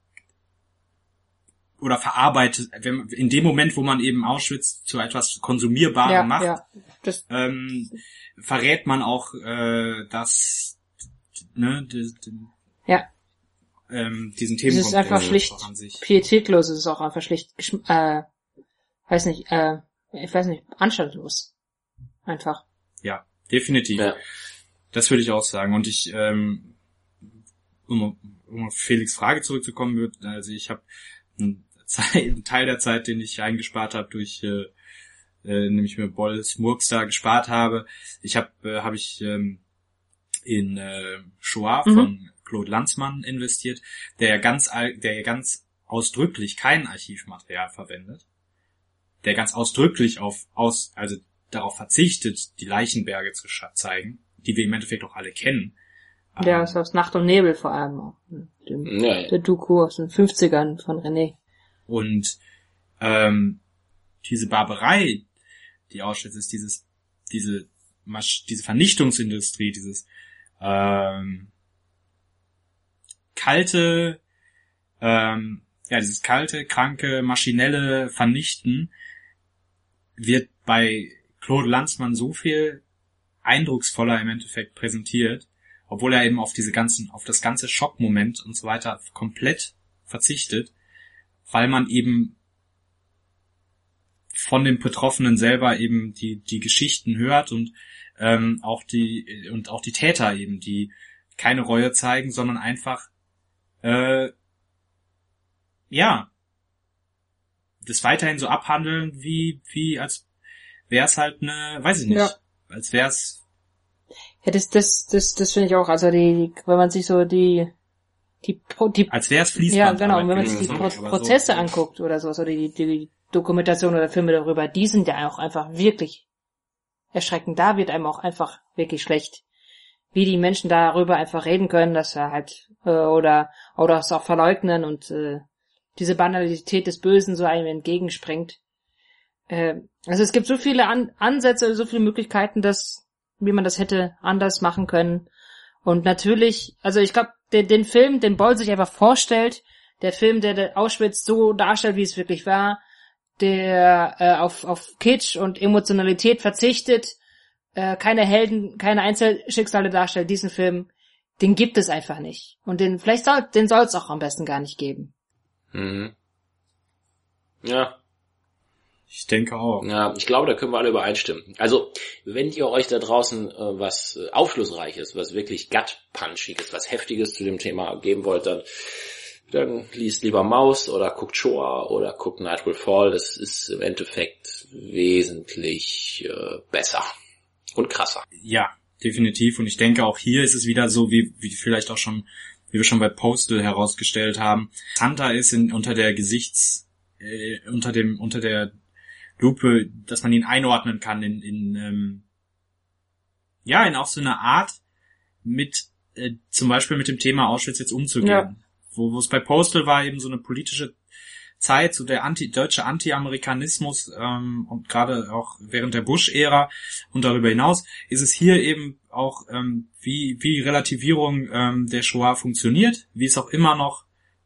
oder verarbeitet, in dem Moment, wo man eben Auschwitz zu etwas Konsumierbarem macht, verrät man auch diesen Themenkomplex.
Es ist einfach schlicht pietätlos, es ist auch einfach schlicht, anstandslos. Einfach.
Ja, definitiv. Ja. Das würde ich auch sagen. Und ich, um auf Felix' Frage zurückzukommen, also ich habe einen Teil der Zeit, den ich eingespart habe durch nämlich mir Bolles Murks da gespart habe. Habe ich in Shoah von Claude Lanzmann investiert, der ganz ausdrücklich kein Archivmaterial verwendet, der ganz ausdrücklich also darauf verzichtet, die Leichenberge zu zeigen, die wir im Endeffekt auch alle kennen.
Ja, ist aus Nacht und Nebel vor allem auch. Der Doku aus den 50ern von René.
Und diese Barbarei, die Auschwitz ist, diese Vernichtungsindustrie, dieses kalte, kranke, maschinelle Vernichten wird bei Claude Lanzmann so viel eindrucksvoller im Endeffekt präsentiert, obwohl er eben auf das ganze Schockmoment und so weiter komplett verzichtet, weil man eben von den Betroffenen selber eben die Geschichten hört und auch die Täter eben, die keine Reue zeigen, sondern einfach das weiterhin so abhandeln, wie als wär's halt als wär's.
Ja, das finde ich auch, also wenn man sich so die
als wär's Fließband.
Ja, genau, und wenn man sich die Prozesse anguckt oder so, oder die Dokumentation oder Filme darüber, die sind ja auch einfach wirklich erschreckend. Da wird einem auch einfach wirklich schlecht, wie die Menschen darüber einfach reden können, dass er halt oder es auch verleugnen und diese Banalität des Bösen so einem entgegenspringt. Also es gibt so viele Ansätze, so viele Möglichkeiten, wie man das hätte anders machen können. Und natürlich, also ich glaube, den Film, den Boll sich einfach vorstellt, der Film, der Auschwitz so darstellt, wie es wirklich war, der auf Kitsch und Emotionalität verzichtet, keine Helden, keine Einzelschicksale darstellt, diesen Film, den gibt es einfach nicht. Und den soll es auch am besten gar nicht geben.
Mhm. Ja.
Ich denke auch.
Ja, ich glaube, da können wir alle übereinstimmen. Also, wenn ihr euch da draußen was Aufschlussreiches, was wirklich Gut-Punchiges, was Heftiges zu dem Thema geben wollt, dann liest lieber Maus oder guckt Shoah oder guckt Night Will Fall. Das ist im Endeffekt wesentlich besser und krasser.
Ja, definitiv. Und ich denke, auch hier ist es wieder so, wie vielleicht auch schon, wie wir schon bei Postal herausgestellt haben. Hunter ist unter der unter der Lupe, dass man ihn einordnen kann in auch so eine Art zum Beispiel mit dem Thema Auschwitz jetzt umzugehen. Ja. Wo es bei Postal war eben so eine politische Zeit, so der deutsche Anti-Amerikanismus und gerade auch während der Bush-Ära und darüber hinaus ist es hier eben auch wie Relativierung der Shoah funktioniert, wie es auch immer noch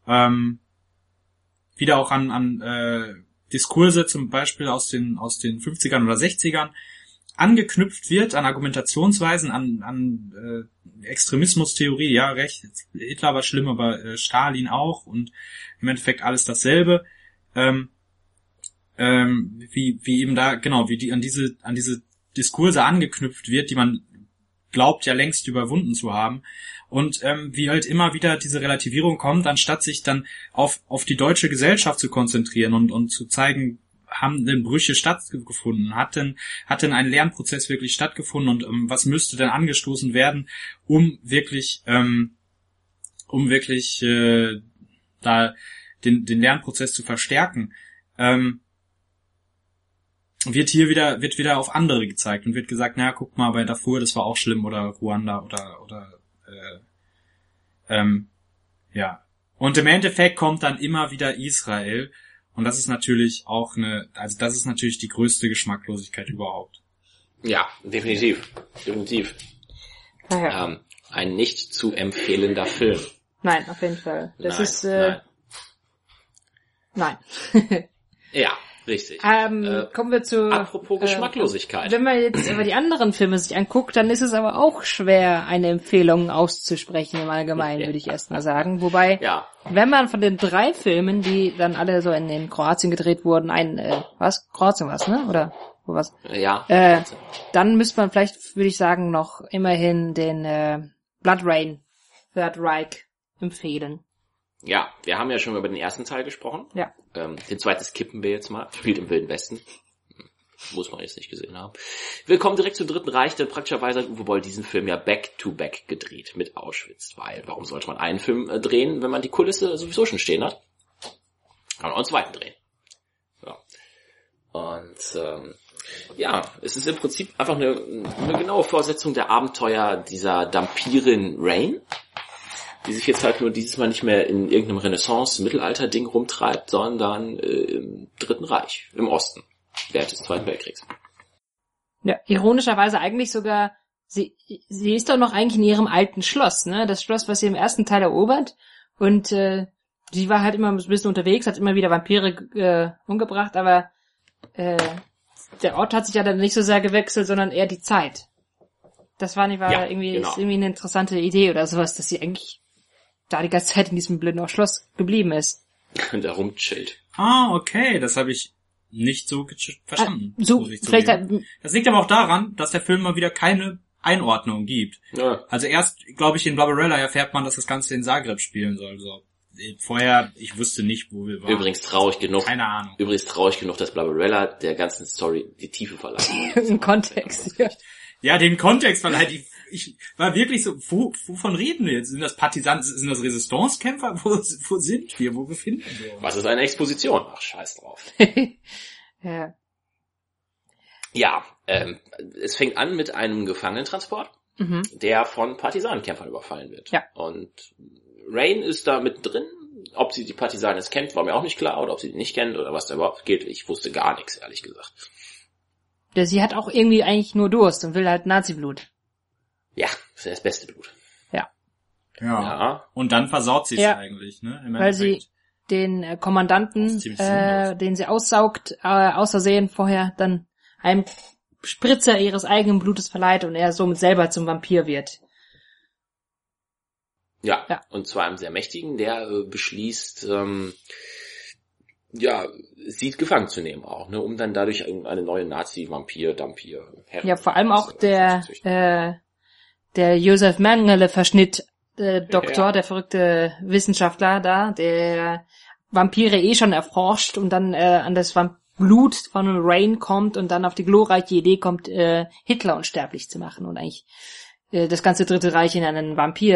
wieder auch an Diskurse zum Beispiel aus den 50ern oder 60ern angeknüpft wird, an Argumentationsweisen, an Extremismustheorie, ja, recht, Hitler war schlimm, aber Stalin auch und im Endeffekt alles dasselbe, wie eben da, genau, wie an diese Diskurse angeknüpft wird, die man glaubt ja längst überwunden zu haben und wie halt immer wieder diese Relativierung kommt, anstatt sich dann auf die deutsche Gesellschaft zu konzentrieren und zu zeigen, haben denn Brüche stattgefunden? Hat denn ein Lernprozess wirklich stattgefunden und was müsste denn angestoßen werden, um wirklich da den Lernprozess zu verstärken? Wird wieder auf andere gezeigt und wird gesagt, na guck mal, bei Darfur, das war auch schlimm oder Ruanda oder ja. Und im Endeffekt kommt dann immer wieder Israel. Und das ist natürlich auch das ist natürlich die größte Geschmacklosigkeit überhaupt.
Ja, definitiv.
Naja.
Ein nicht zu empfehlender Film.
Nein, auf jeden Fall. Nein.
Ja. Richtig.
Kommen wir zu...
Apropos Geschmacklosigkeit.
Wenn man jetzt aber die anderen Filme sich anguckt, dann ist es aber auch schwer, eine Empfehlung auszusprechen im Allgemeinen, würde ich erstmal sagen. Wobei, wenn man von den 3 Filmen, die dann alle so in Kroatien gedreht wurden, Kroatien war's, ne? Oder wo war's?
Ja.
Dann müsste man vielleicht, würde ich sagen, noch immerhin den Blood Rain, Third Reich empfehlen.
Ja, wir haben ja schon über den ersten Teil gesprochen.
Ja.
Den zweiten skippen wir jetzt mal. Spielt im Wilden Westen. Muss man jetzt nicht gesehen haben. Wir kommen direkt zum Dritten Reich, denn praktischerweise hat Uwe Boll diesen Film ja back-to-back gedreht mit Auschwitz. Weil, warum sollte man einen Film drehen, wenn man die Kulisse sowieso schon stehen hat? Kann man auch einen zweiten drehen. Ja. Und es ist im Prinzip einfach eine genaue Fortsetzung der Abenteuer dieser Dampirin Rain, die sich jetzt halt nur dieses Mal nicht mehr in irgendeinem Renaissance-Mittelalter-Ding rumtreibt, sondern im Dritten Reich, im Osten, während des Zweiten Weltkriegs.
Ja, ironischerweise eigentlich sogar, sie ist doch noch eigentlich in ihrem alten Schloss, ne? Das Schloss, was sie im ersten Teil erobert, und sie war halt immer ein bisschen unterwegs, hat immer wieder Vampire umgebracht, aber der Ort hat sich ja dann nicht so sehr gewechselt, sondern eher die Zeit. Das war irgendwie eine interessante Idee oder sowas, dass sie eigentlich da die ganze Zeit in diesem blöden Schloss geblieben ist.
Und da rumchillt.
Ah, okay, das habe ich nicht so verstanden.
So, vielleicht
das liegt aber auch daran, dass der Film mal wieder keine Einordnung gibt.
Ja.
Also erst, glaube ich, in Barbarella erfährt man, dass das Ganze in Zagreb spielen soll. So. Vorher, ich wusste nicht, wo wir waren.
Übrigens traurig genug, dass Barbarella der ganzen Story die Tiefe verleiht.
Im Kontext, ja.
Ja, den Kontext verleiht. Ich war wirklich so, wovon reden wir jetzt? Sind das Partisanen, sind das Resistance-Kämpfer? Wo sind wir? Wo befinden wir uns?
Was ist eine Exposition? Ach, scheiß drauf.
Ja.
Ja, es fängt an mit einem Gefangenentransport, der von Partisanenkämpfern überfallen wird.
Ja.
Und Rain ist da mit drin. Ob sie die Partisanen jetzt kennt, war mir auch nicht klar. Oder ob sie die nicht kennt oder was da überhaupt geht. Ich wusste gar nichts, ehrlich gesagt.
Sie hat auch irgendwie eigentlich nur Durst und will halt Nazi-Blut.
Ja, das ist das beste Blut.
Ja. Und dann versaut sie es eigentlich, ne?
Weil sie den Kommandanten, den sie aussaugt, außersehen vorher dann einem Spritzer ihres eigenen Blutes verleiht und er somit selber zum Vampir wird.
Ja. Und zwar einem sehr mächtigen, der beschließt, sie gefangen zu nehmen auch, ne, um dann dadurch eine neue Nazi-Vampir-Dampir heran.
Ja, vor allem auch der Josef Mengele-Verschnitt, Doktor, der verrückte Wissenschaftler da, der Vampire schon erforscht und dann an das Blut von Rain kommt und dann auf die glorreiche Idee kommt, Hitler unsterblich zu machen und eigentlich das ganze Dritte Reich in einen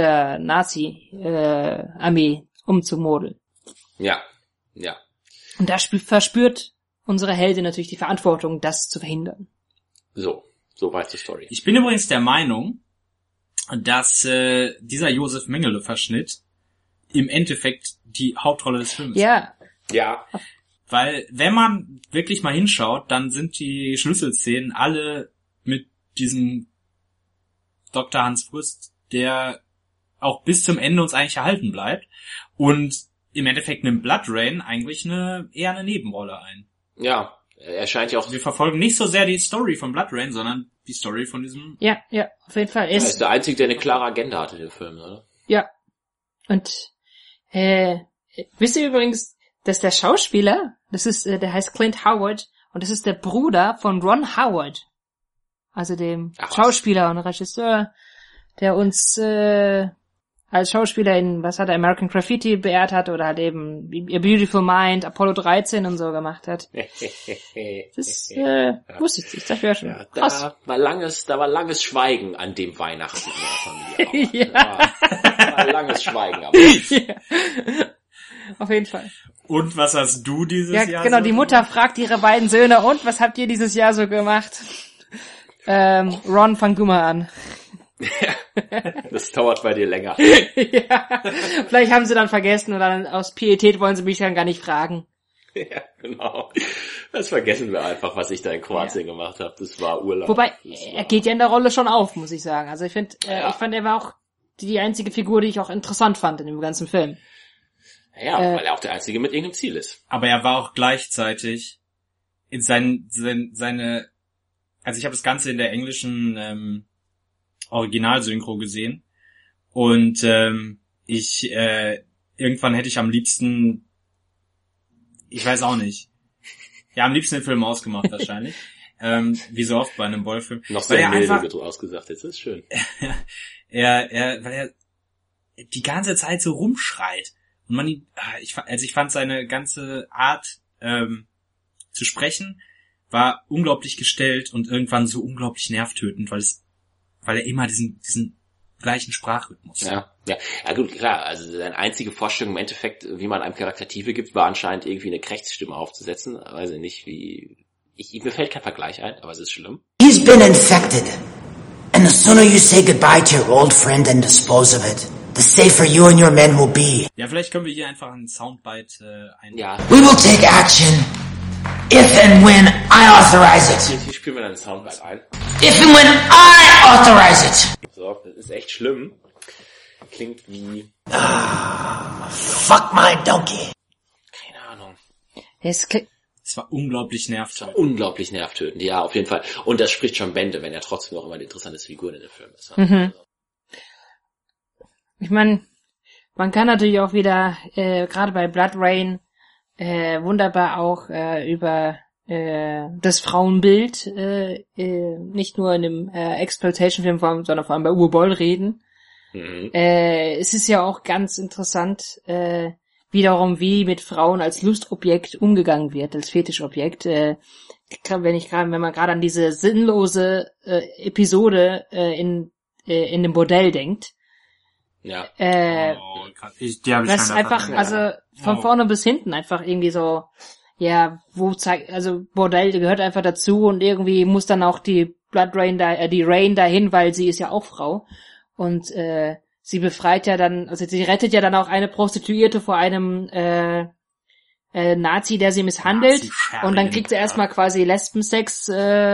Vampir-Nazi-Armee umzumodeln.
Ja.
Und da verspürt unsere Heldin natürlich die Verantwortung, das zu verhindern.
So weit die Story.
Ich bin übrigens der Meinung, dass dieser Josef Mengele-Verschnitt im Endeffekt die Hauptrolle des Films ist.
Ja.
Weil, wenn man wirklich mal hinschaut, dann sind die Schlüsselszenen alle mit diesem Dr. Hans Früst, der auch bis zum Ende uns eigentlich erhalten bleibt. Und im Endeffekt nimmt Blood Rain eigentlich eher eine Nebenrolle ein.
Ja, er scheint ja auch...
Wir verfolgen nicht so sehr die Story von Blood Rain, sondern die Story von diesem...
Ja, auf jeden Fall.
Er ist der Einzige, der eine klare Agenda hatte, den Film, oder?
Ja. Und wisst ihr übrigens, dass der Schauspieler, der heißt Clint Howard und das ist der Bruder von Ron Howard. Also dem Schauspieler und Regisseur, der uns als Schauspieler in, American Graffiti beehrt hat oder halt eben A Beautiful Mind, Apollo 13 und so gemacht hat. Das wusste ich nicht, das wäre schon krass.
Da war langes Schweigen an dem Weihnachten in der Familie.
Ja.
War langes Schweigen. Aber.
Ja. Auf jeden Fall.
Und was hast du dieses Jahr
Ja, genau,
so
die Mutter fragt ihre beiden Söhne, und was habt ihr dieses Jahr so gemacht? Ron, fang du mal an.
Das dauert bei dir länger.
Ja, vielleicht haben sie dann vergessen oder aus Pietät wollen sie mich dann gar nicht fragen.
Ja, genau. Das vergessen wir einfach, was ich da in Kroatien gemacht habe. Das war Urlaub.
Wobei, er geht ja in der Rolle schon auf, muss ich sagen. Also ich fand, er war auch die einzige Figur, die ich auch interessant fand in dem ganzen Film.
Ja, weil er auch der Einzige mit irgendeinem Ziel ist.
Aber er war auch gleichzeitig seine, also ich habe das Ganze in der englischen Originalsynchro gesehen und irgendwann hätte ich am liebsten, ich weiß auch nicht, ja, am liebsten den Film ausgemacht wahrscheinlich, wie so oft bei einem Boy-Film.
Noch sehr milde wird ausgesagt, jetzt ist schön.
weil er die ganze Zeit so rumschreit und ich fand seine ganze Art zu sprechen war unglaublich gestellt und irgendwann so unglaublich nervtötend, weil er immer diesen gleichen Sprachrhythmus.
Ja, gut, klar, also seine einzige Vorstellung im Endeffekt, wie man einem Charakter Tiefe gibt, war anscheinend irgendwie eine Krächzstimme aufzusetzen. Weiß ich nicht, mir fällt kein Vergleich ein, aber es ist schlimm.
He's been infected. And the sooner you say goodbye to your old friend and dispose of it, the safer you and your men will be.
Ja, vielleicht können wir hier einfach einen Soundbite
Ja.
We will take action if and when I authorize it.
Hier spielen wir dann einen Soundbite ein.
If and when I authorize it.
So, das ist echt schlimm. Klingt wie...
Fuck my donkey.
Keine Ahnung.
Es war unglaublich nervtötend.
Unglaublich nervtötend, ja, auf jeden Fall. Und das spricht schon Bände, wenn er trotzdem auch immer eine interessante Figur in dem Film ist.
Mhm. Ich meine, man kann natürlich auch wieder, gerade bei Blood Rain, wunderbar auch über das Frauenbild, nicht nur in dem Exploitation-Film, sondern vor allem bei Uwe Boll reden.
Mhm.
Es ist ja auch ganz interessant, wiederum wie mit Frauen als Lustobjekt umgegangen wird, als Fetischobjekt. Wenn man gerade an diese sinnlose Episode in dem Bordell denkt.
Ja.
Was einfach, also von vorne bis hinten einfach irgendwie so, ja, Bordell gehört einfach dazu und irgendwie muss dann auch die die Rain dahin, weil sie ist ja auch Frau. Und sie befreit ja dann, also sie rettet ja dann auch eine Prostituierte vor einem Nazi, der sie misshandelt, und dann kriegt sie erstmal quasi Lesbensex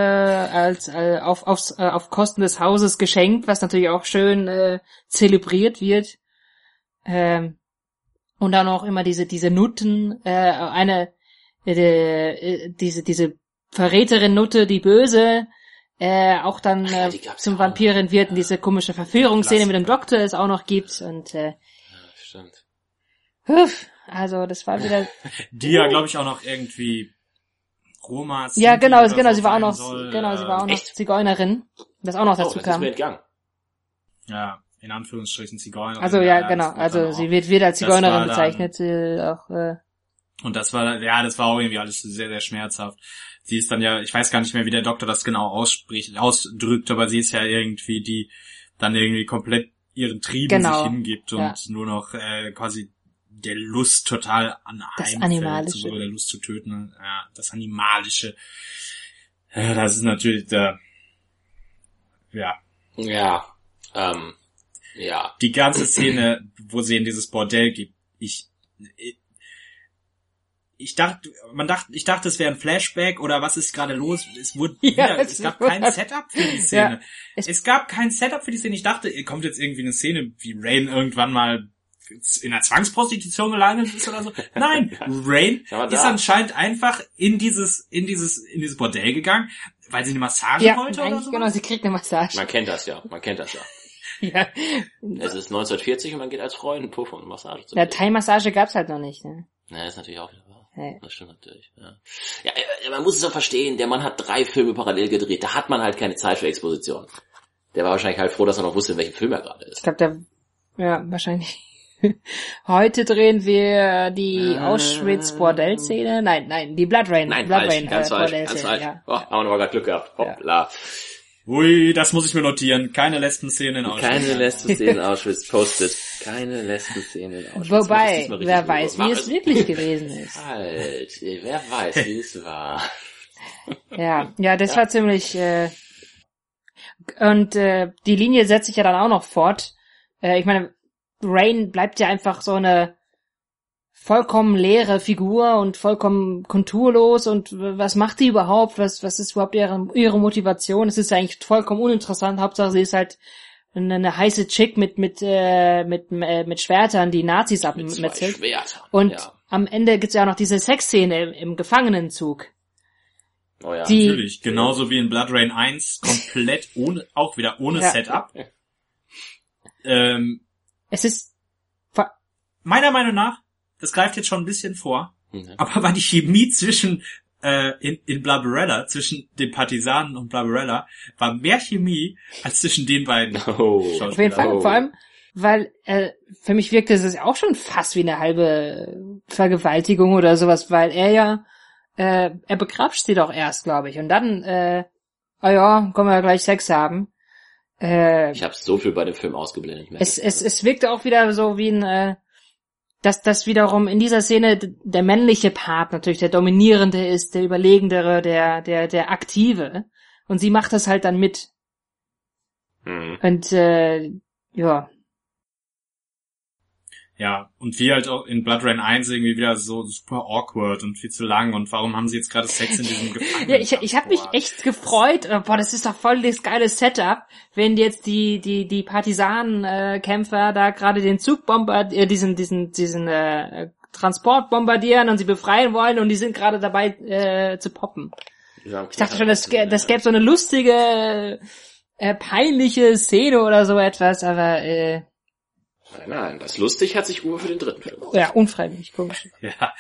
auf Kosten des Hauses geschenkt, was natürlich auch schön zelebriert wird. Und dann auch immer diese Nutten, diese Verräterin Nutte, die Böse, auch dann zum Vampirin wird, und diese komische Verführungsszene mit dem Doktor es auch noch gibt, und
ja, stimmt.
Also das war wieder...
Die ja, glaube ich, auch noch irgendwie Roma...
Ja, genau, sie war auch noch,
Echt?
Zigeunerin, das auch noch dazu
das
kam.
ist mir entgangen.
Ja, in Anführungsstrichen Zigeunerin.
Also ja, genau, also sie wird als Zigeunerin bezeichnet,
Und das war auch irgendwie alles sehr, sehr schmerzhaft. Sie ist dann ja, ich weiß gar nicht mehr, wie der Doktor das genau ausdrückt, aber sie ist ja irgendwie die dann irgendwie komplett ihren Trieben sich hingibt und nur noch quasi der Lust total anheimfällt, so der Lust zu töten. Ja, das Animalische. Ja, das ist natürlich ja. Die ganze Szene, wo sie in dieses Bordell geht, ich dachte, es wäre ein Flashback oder was ist gerade los? Es gab kein Setup für die Szene. Ja, es gab kein Setup für die Szene. Ich dachte, kommt jetzt irgendwie eine Szene, wie Rain irgendwann mal in einer Zwangsprostitution gelandet ist oder so. Nein, Rain ist anscheinend einfach in dieses Bordell gegangen, weil sie eine Massage wollte oder so.
Genau, sie kriegt eine Massage.
Man kennt das ja.
Ja.
Es ist 1940 und man geht als Frau in den Puff und Massage zu.
Ja, Thai-Massage gab's halt noch nicht, ne?
Ja, ist natürlich auch wieder wahr.
Hey.
Das stimmt natürlich, ja. Ja, man muss es auch verstehen, der Mann hat 3 Filme parallel gedreht, da hat man halt keine Zeit für Exposition. Der war wahrscheinlich halt froh, dass er noch wusste, in welchem Film er gerade ist.
Ich glaube, wahrscheinlich. Heute drehen wir die Auschwitz-Bordell-Szene. Nein, die Blood Rain.
Nein,
Blood
falsch,
Rain,
ganz falsch.
Ja.
Oh, haben wir noch mal Glück gehabt. Hoppla.
Ui, das muss ich mir notieren. Keine Lesben-Szene in Auschwitz.
Keine Lesben-Szene in Auschwitz. Postet. Keine Lesben-Szene in Auschwitz.
Wobei, wer weiß, wie es wirklich gewesen ist.
Halt, wer weiß, wie es war.
Ja, das war ziemlich... Und die Linie setzt sich ja dann auch noch fort. Ich meine, Rain bleibt ja einfach so eine vollkommen leere Figur und vollkommen konturlos, und was macht die überhaupt? Was ist überhaupt ihre Motivation? Es ist eigentlich vollkommen uninteressant. Hauptsache sie ist halt eine heiße Chick mit Schwertern, die Nazis abmetzelt. Und am Ende gibt's ja auch noch diese Sexszene im Gefangenenzug.
Oh ja.
Natürlich, genauso wie in Blood Rain 1, komplett ohne Setup.
Es ist
Meiner Meinung nach, das greift jetzt schon ein bisschen vor, aber war die Chemie zwischen in Barbarella, zwischen den Partisanen und Barbarella, war mehr Chemie als zwischen den beiden Schauspielern.
auf jeden Fall, vor allem, weil für mich wirkte es auch schon fast wie eine halbe Vergewaltigung oder sowas, weil er begrapscht sie doch erst, glaube ich, und dann, können wir gleich Sex haben.
Ich habe so viel bei dem Film ausgeblendet.
Es wirkte auch wieder so wie ein, dass wiederum in dieser Szene der männliche Part natürlich der dominierende ist, der überlegendere, der aktive. Und sie macht das halt dann mit. Und
Ja, und wie halt auch in Blood Rain 1 irgendwie wieder so super awkward und viel zu lang. Und warum haben sie jetzt gerade Sex in diesem Gefängnis?
Ja, ich habe mich echt gefreut. Das ist doch voll das geile Setup, wenn jetzt die Partisanenkämpfer da gerade den Zug diesen Transport bombardieren und sie befreien wollen und die sind gerade dabei zu poppen.
Ja,
ich dachte schon, das gäbe so eine lustige, peinliche Szene oder so etwas, aber
Nein, das lustig hat sich Uwe für den dritten Film.
Ja, unfreiwillig, komisch.
Ja.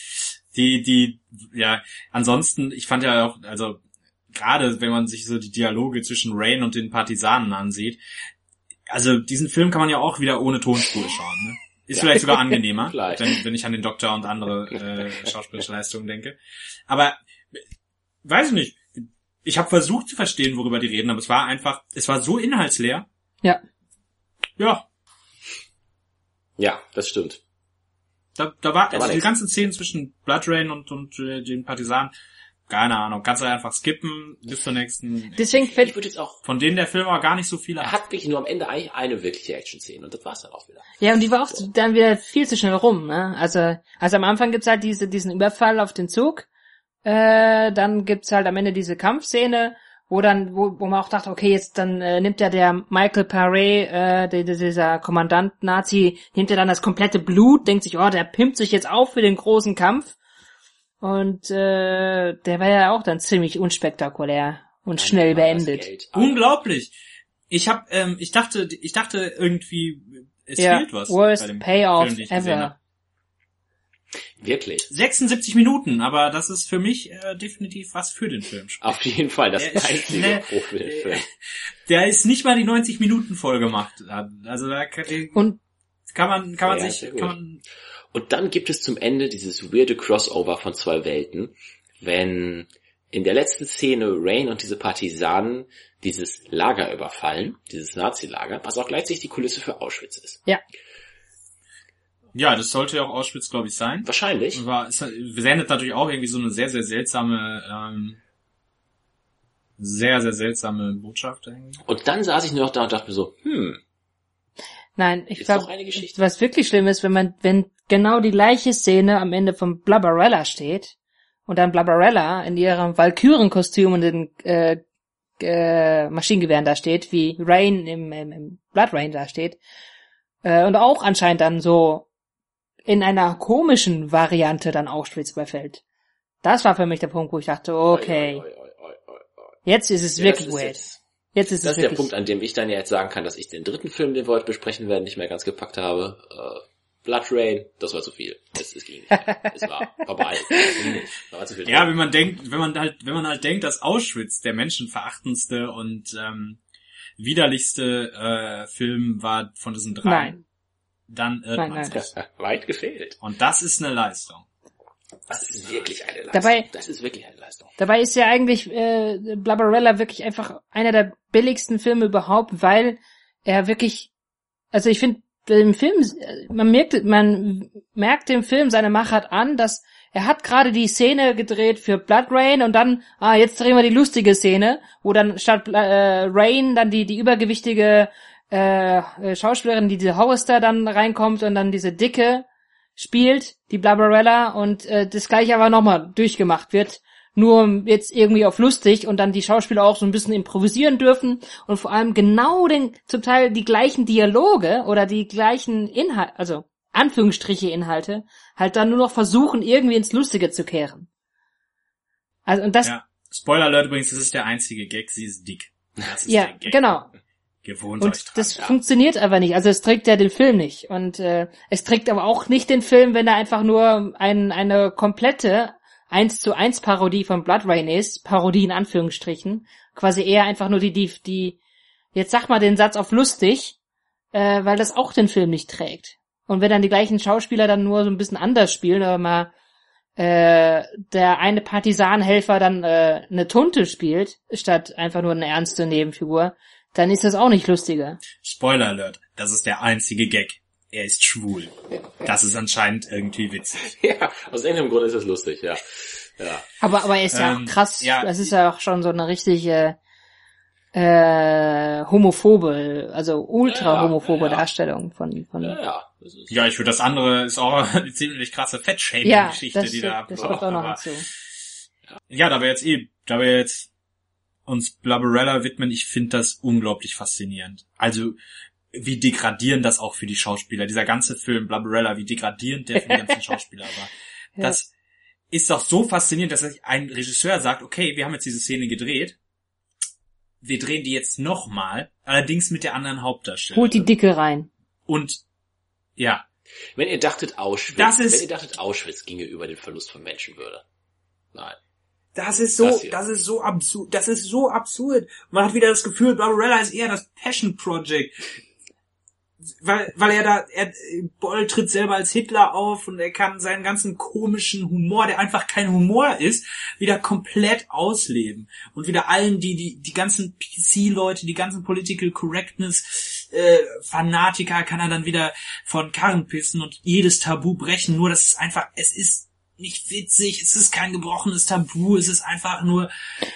Ansonsten, ich fand ja auch, also, gerade wenn man sich so die Dialoge zwischen Rain und den Partisanen ansieht, also, diesen Film kann man ja auch wieder ohne Tonspur schauen, ne? Ist vielleicht sogar angenehmer, wenn ich an den Doktor und andere schauspielerische Leistungen denke. Aber, weiß ich nicht. Ich habe versucht zu verstehen, worüber die reden, aber es war so inhaltsleer.
Ja.
Ja.
Ja, das stimmt.
Da war die ganzen Szenen zwischen Blood Rain und den Partisanen, keine Ahnung, kannst du einfach skippen bis zur nächsten.
Deswegen
ich würde jetzt auch,
von denen der Film aber gar nicht so viele
er hat wirklich nur am Ende eine wirkliche Action-Szene und das war's dann auch wieder.
Ja, und die war auch dann wieder viel zu schnell rum, ne? Also am Anfang gibt's halt diesen Überfall auf den Zug, dann gibt's halt am Ende diese Kampfszene, wo man auch dachte, okay, jetzt dann nimmt ja der Michael Paré, dieser Kommandant Nazi, nimmt ja dann das komplette Blut, denkt sich, der pimpt sich jetzt auf für den großen Kampf. Und der war ja auch dann ziemlich unspektakulär und schnell beendet.
Unglaublich. Ich dachte irgendwie, es fehlt was.
Worst
bei dem
Payoff
Film,
ever.
Wirklich. 76 Minuten, aber das ist für mich definitiv was für den Film.
Auf jeden Fall, das einzige Pro für den Film.
Der ist nicht mal die 90 Minuten voll gemacht. Also da kann man sich.
Und dann gibt es zum Ende dieses weirde Crossover von zwei Welten, wenn in der letzten Szene Rain und diese Partisanen dieses Lager überfallen, dieses Nazi-Lager, was auch gleichzeitig die Kulisse für Auschwitz ist.
Ja.
Ja, das sollte ja auch Auschwitz, glaube ich, sein.
Wahrscheinlich.
Sendet natürlich auch irgendwie so eine sehr, sehr seltsame Botschaft eigentlich.
Und dann saß ich nur noch da und dachte mir so,
Nein, ich glaube, was wirklich schlimm ist, wenn genau die gleiche Szene am Ende von Barbarella steht und dann Barbarella in ihrem Walkürenkostüm und den Maschinengewehren da steht, wie Rain im Blood Rain da steht, und auch anscheinend dann so in einer komischen Variante dann Auschwitz überfällt. Das war für mich der Punkt, wo ich dachte, okay, jetzt ist es wirklich weird. Das ist
der Punkt, an dem ich dann ja jetzt sagen kann, dass ich den dritten Film, den wir heute besprechen werden, nicht mehr ganz gepackt habe. Blood Rain, das war zu viel. Es ging nicht. Es war vorbei. War zu viel.
Ja, wenn man halt denkt, dass Auschwitz der menschenverachtendste und widerlichste Film war von diesen drei.
Nein.
Dann irrt man sich.
Weit gefehlt.
Und das ist eine Leistung.
Das ist wirklich eine Leistung.
Dabei ist ja eigentlich Barbarella wirklich einfach einer der billigsten Filme überhaupt, weil er wirklich, also ich finde, im Film, man merkt dem Film seine Machart an, dass er hat gerade die Szene gedreht für Blood Rain und dann, jetzt drehen wir die lustige Szene, wo dann statt Rain dann die übergewichtige Schauspielerin, die diese Hollister dann reinkommt und dann diese Dicke spielt, die Barbarella, und das gleiche aber nochmal durchgemacht wird, nur jetzt irgendwie auf lustig und dann die Schauspieler auch so ein bisschen improvisieren dürfen und vor allem genau zum Teil die gleichen Dialoge oder die gleichen Inhalte, also Anführungsstriche Inhalte, halt dann nur noch versuchen, irgendwie ins Lustige zu kehren. Also, und das,
ja. Spoiler Alert übrigens, das ist der einzige Gag, sie ist dick. Das ist
Ja,
der Gag.
genau.
Gewohnt
Und
euch dran.
das funktioniert aber nicht. Also es trägt ja den Film nicht. Und es trägt aber auch nicht den Film, wenn er einfach nur eine komplette 1:1 Parodie von Blood Rain ist. Parodie in Anführungsstrichen. Quasi eher einfach nur die jetzt sag mal den Satz auf lustig, weil das auch den Film nicht trägt. Und wenn dann die gleichen Schauspieler dann nur so ein bisschen anders spielen, oder mal der eine Partisanhelfer dann eine Tunte spielt, statt einfach nur eine ernste Nebenfigur, dann ist das auch nicht lustiger.
Spoiler Alert, das ist der einzige Gag. Er ist schwul. Das ist anscheinend irgendwie witzig.
Ja, aus irgendeinem Grund ist es lustig, ja.
Aber er ist ja auch krass,
ja.
das ist ja auch schon so eine richtige homophobe, also ultra homophobe Darstellung von
Ja, das ist
Ja, ich würde das andere ist auch eine ziemlich krasse Fettshaming-Geschichte,
das
die da
das kommt auch noch
aber-
hinzu.
Ja, da wir jetzt uns Blubberella widmen, ich finde das unglaublich faszinierend. Also, wie degradierend das auch für die Schauspieler, dieser ganze Film Blubberella, wie degradierend der für die ganzen Schauspieler war.
Ja.
Das ist doch so faszinierend, dass ein Regisseur sagt, okay, wir haben jetzt diese Szene gedreht, wir drehen die jetzt nochmal, allerdings mit der anderen Hauptdarstellerin.
Holt die Dicke rein.
Und, ja,
wenn ihr dachtet, Auschwitz ginge über den Verlust von Menschenwürde. Nein.
das ist so absurd. Man hat wieder das Gefühl, Barbarella ist eher das Passion Project. Weil Boll tritt selber als Hitler auf und er kann seinen ganzen komischen Humor, der einfach kein Humor ist, wieder komplett ausleben. Und wieder allen, die ganzen PC-Leute, die ganzen Political Correctness Fanatiker kann er dann wieder von Karren pissen und jedes Tabu brechen. Nur, das ist einfach, es ist nicht witzig, es ist kein gebrochenes Tabu, es ist einfach nur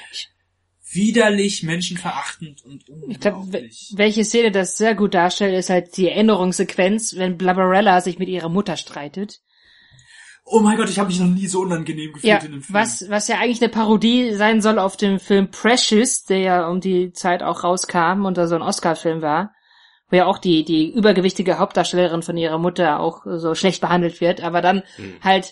widerlich, menschenverachtend und
Ich glaube,
unglaublich.
welche Szene das sehr gut darstellt, ist halt die Erinnerungssequenz, wenn Blubberella sich mit ihrer Mutter streitet.
Oh mein Gott, ich habe mich noch nie so unangenehm gefühlt
Ja,
in dem Film.
was ja eigentlich eine Parodie sein soll auf dem Film Precious, der ja um die Zeit auch rauskam und da so ein Oscar-Film war, wo ja auch die übergewichtige Hauptdarstellerin von ihrer Mutter auch so schlecht behandelt wird, aber dann halt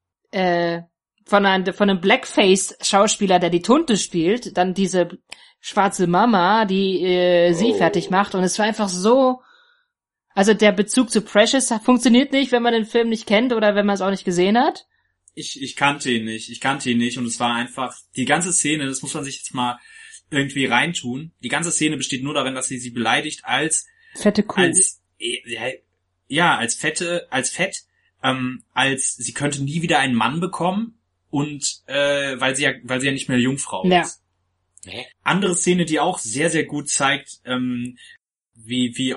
von einem Blackface-Schauspieler, der die Tunte spielt, dann diese schwarze Mama, die sie fertig macht, und es war einfach so, also der Bezug zu Precious funktioniert nicht, wenn man den Film nicht kennt oder wenn man es auch nicht gesehen hat.
Ich kannte ihn nicht und es war einfach, die ganze Szene, das muss man sich jetzt mal irgendwie reintun, die ganze Szene besteht nur darin, dass sie beleidigt als
Fette Kuh.
als sie könnte nie wieder einen Mann bekommen und weil sie ja nicht mehr Jungfrau
Ja.
ist. Andere Szene, die auch sehr, sehr gut zeigt, wie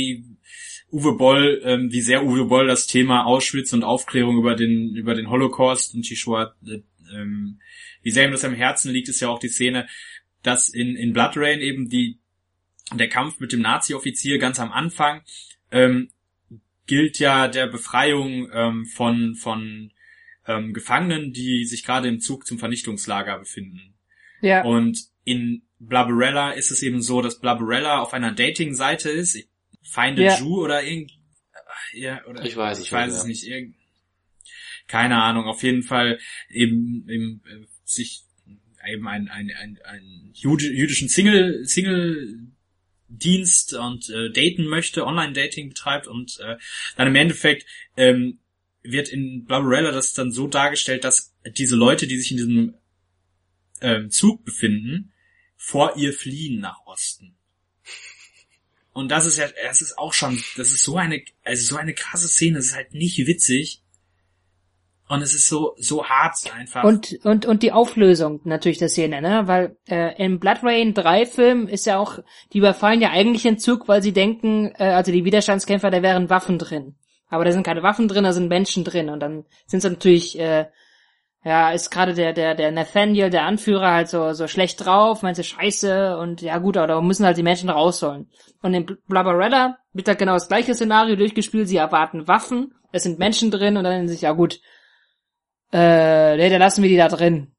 sehr Uwe Boll das Thema Auschwitz und Aufklärung über den Holocaust und die Shoah, wie sehr ihm das am Herzen liegt, ist ja auch die Szene, dass in Blood Rain eben der Kampf mit dem Nazi-Offizier ganz am Anfang gilt ja der Befreiung von Gefangenen, die sich gerade im Zug zum Vernichtungslager befinden.
Ja.
Und in Blubberella ist es eben so, dass Blubberella auf einer Dating-Seite ist, Find a Jew oder oder
Ich weiß
es nicht. Keine Ahnung, auf jeden Fall eben sich eben einen jüdischen Single-Dienst und daten möchte, Online-Dating betreibt und dann im Endeffekt wird in Blubberella das dann so dargestellt, dass diese Leute, die sich in diesem Zug befinden, vor ihr fliehen nach Osten. Und das ist auch schon, das ist so eine krasse Szene, das ist halt nicht witzig. Und es ist so hart einfach.
Und die Auflösung natürlich der Szene, ne? Weil im Blood Rain 3 Film ist ja auch, die überfallen ja eigentlich den Zug, weil sie denken, also die Widerstandskämpfer, da wären Waffen drin. Aber da sind keine Waffen drin, da sind Menschen drin. Und dann sind sie natürlich, ist gerade der Nathaniel, der Anführer, halt so schlecht drauf, meint sie scheiße und ja gut, aber da müssen halt die Menschen rausholen. Und in Blubberella wird halt genau das gleiche Szenario durchgespielt, sie erwarten Waffen, es sind Menschen drin und dann denken sie sich, ja gut, dann lassen wir die da drin.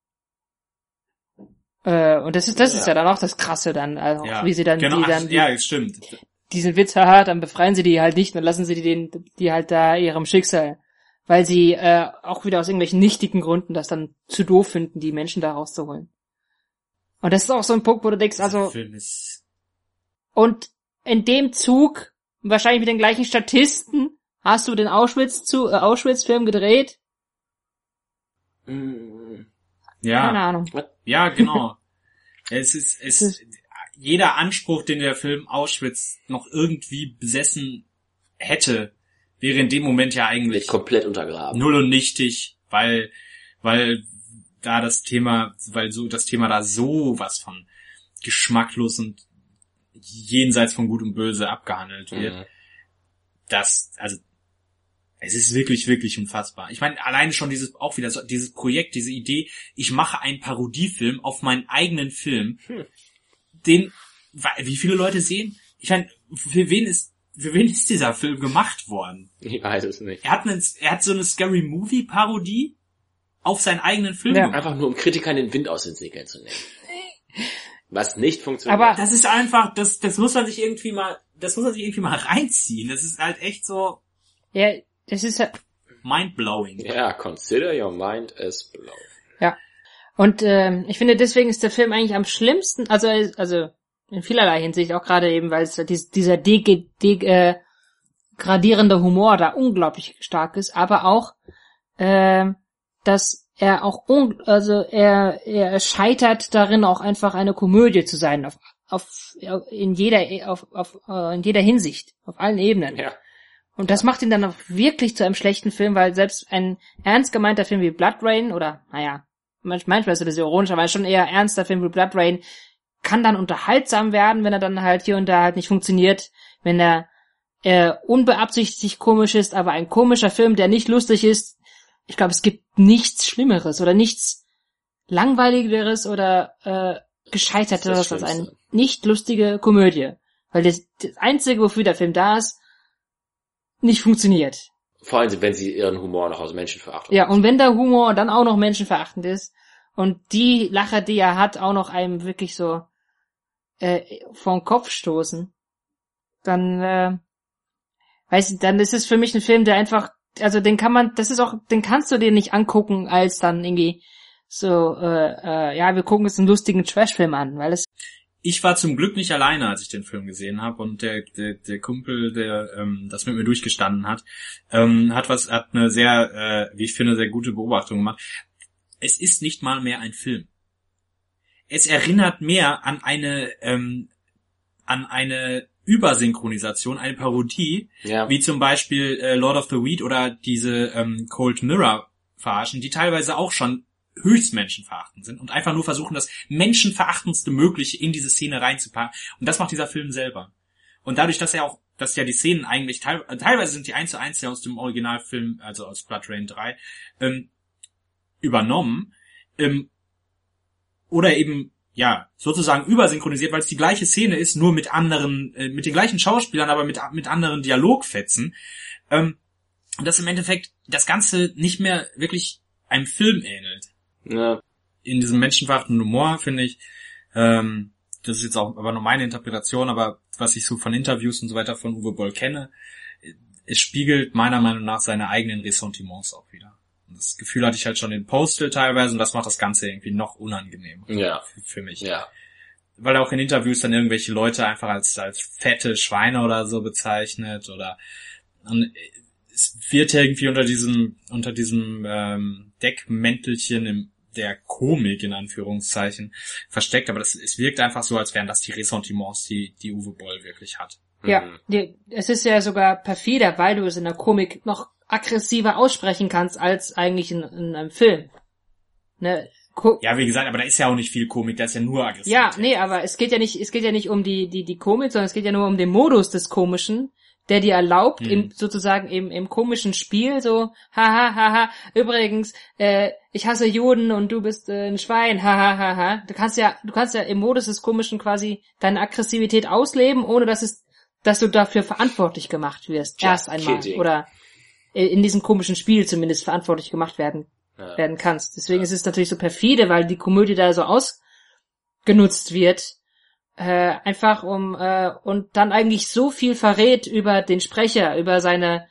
Und das ist ja dann auch das Krasse dann, also wie sie dann,
genau,
das
stimmt.
Diesen Witz, haha, dann befreien sie die halt nicht, dann lassen sie die halt da ihrem Schicksal. Weil sie auch wieder aus irgendwelchen nichtigen Gründen das dann zu doof finden, die Menschen da rauszuholen. Und das ist auch so ein Punkt, wo du denkst,
Der
also,
Film ist
und in dem Zug, wahrscheinlich mit den gleichen Statisten, hast du den Auschwitz-Film gedreht? Keine
ja,
Ahnung.
ja, genau. Jeder Anspruch, den der Film Auschwitz noch irgendwie besessen hätte, wäre in dem Moment ja eigentlich
Wird komplett untergraben.
null und nichtig, weil das Thema da so was von geschmacklos und jenseits von Gut und Böse abgehandelt wird. Es ist wirklich, wirklich unfassbar. Ich meine, alleine schon dieses Projekt, diese Idee, ich mache einen Parodiefilm auf meinen eigenen Film, wie viele Leute sehen? Ich meine, für wen ist dieser Film gemacht worden?
Ich weiß es nicht.
Er hat so eine Scary Movie Parodie auf seinen eigenen Film
Ja.
gemacht.
Einfach nur um Kritikern den Wind aus den Segeln zu nehmen. Was nicht funktioniert.
Aber
Das ist einfach, das muss man sich irgendwie mal reinziehen. Das ist halt echt so
ja, das ist ja,
mindblowing.
Ja, consider your mind as blown.
ja. Und ich finde, deswegen ist der Film eigentlich am schlimmsten, also in vielerlei Hinsicht, auch gerade eben, weil es dieser degradierende Humor da unglaublich stark ist, aber auch, dass er auch er scheitert darin, auch einfach eine Komödie zu sein, in jeder Hinsicht, auf allen Ebenen.
Ja.
Und das macht ihn dann auch wirklich zu einem schlechten Film, weil selbst ein ernst gemeinter Film wie Blood Rain oder, naja, manchmal ist er ein bisschen ironisch, aber schon eher ernster Film wie Blood Rain kann dann unterhaltsam werden, wenn er dann halt hier und da halt nicht funktioniert, wenn er unbeabsichtigt komisch ist, aber ein komischer Film, der nicht lustig ist. Ich glaube, es gibt nichts Schlimmeres oder nichts Langweiligeres oder Gescheiterteres als eine nicht lustige Komödie. Weil das Einzige, wofür der Film da ist, nicht funktioniert.
Vor allem, wenn sie ihren Humor noch aus Menschenverachtung.
Ja, und wenn der Humor dann auch noch menschenverachtend ist und die Lacher, die er hat, auch noch einem wirklich so vor den Kopf stoßen, dann dann ist es für mich ein Film, der einfach, also den kannst du dir nicht angucken, als dann irgendwie so, wir gucken uns einen lustigen Trashfilm an, weil es
Ich war zum Glück nicht alleine, als ich den Film gesehen habe, und der Kumpel, der das mit mir durchgestanden hat, hat eine sehr, wie ich finde, sehr gute Beobachtung gemacht. Es ist nicht mal mehr ein Film. Es erinnert mehr an eine Übersynchronisation, eine Parodie,
Ja.
wie zum Beispiel Lord of the Weed oder diese Cold Mirror verarschen, die teilweise auch schon höchst menschenverachtend sind und einfach nur versuchen, das menschenverachtendste Mögliche in diese Szene reinzupacken. Und das macht dieser Film selber. Und dadurch, dass ja die Szenen eigentlich teilweise sind die 1:1 ja aus dem Originalfilm, also aus Blood Rain 3, übernommen, oder eben, ja, sozusagen übersynchronisiert, weil es die gleiche Szene ist, nur mit den gleichen Schauspielern, aber mit anderen Dialogfetzen, und dass im Endeffekt das Ganze nicht mehr wirklich einem Film ähnelt.
Ja.
In diesem menschenverachtenden Humor, finde ich, das ist jetzt auch aber nur meine Interpretation, aber was ich so von Interviews und so weiter von Uwe Boll kenne, es spiegelt meiner Meinung nach seine eigenen Ressentiments auch wieder. Und das Gefühl hatte ich halt schon in Postal teilweise, und das macht das Ganze irgendwie noch unangenehmer für mich.
Ja.
Weil auch in Interviews dann irgendwelche Leute einfach als fette Schweine oder so bezeichnet, und es wird irgendwie unter diesem Deckmäntelchen der Komik in Anführungszeichen versteckt, aber es wirkt einfach so, als wären das die Ressentiments, die Uwe Boll wirklich hat.
ja, es ist ja sogar perfider, weil du es in der Komik noch aggressiver aussprechen kannst als eigentlich in einem Film. Ne?
Ja, wie gesagt, aber da ist ja auch nicht viel Komik, da ist ja nur aggressiv.
Ja, nee, aber es geht ja nicht um die Komik, sondern es geht ja nur um den Modus des Komischen, der dir erlaubt, sozusagen im komischen Spiel so, haha, übrigens, ich hasse Juden und du bist ein Schwein, haha. Du kannst ja im Modus des Komischen quasi deine Aggressivität ausleben, ohne dass du dafür verantwortlich gemacht wirst. Erst einmal.
Kidding.
Oder in diesem komischen Spiel zumindest verantwortlich gemacht werden kannst. Deswegen ist es natürlich so perfide, weil die Komödie da so ausgenutzt wird, einfach und dann eigentlich so viel verrät über den Sprecher, über seine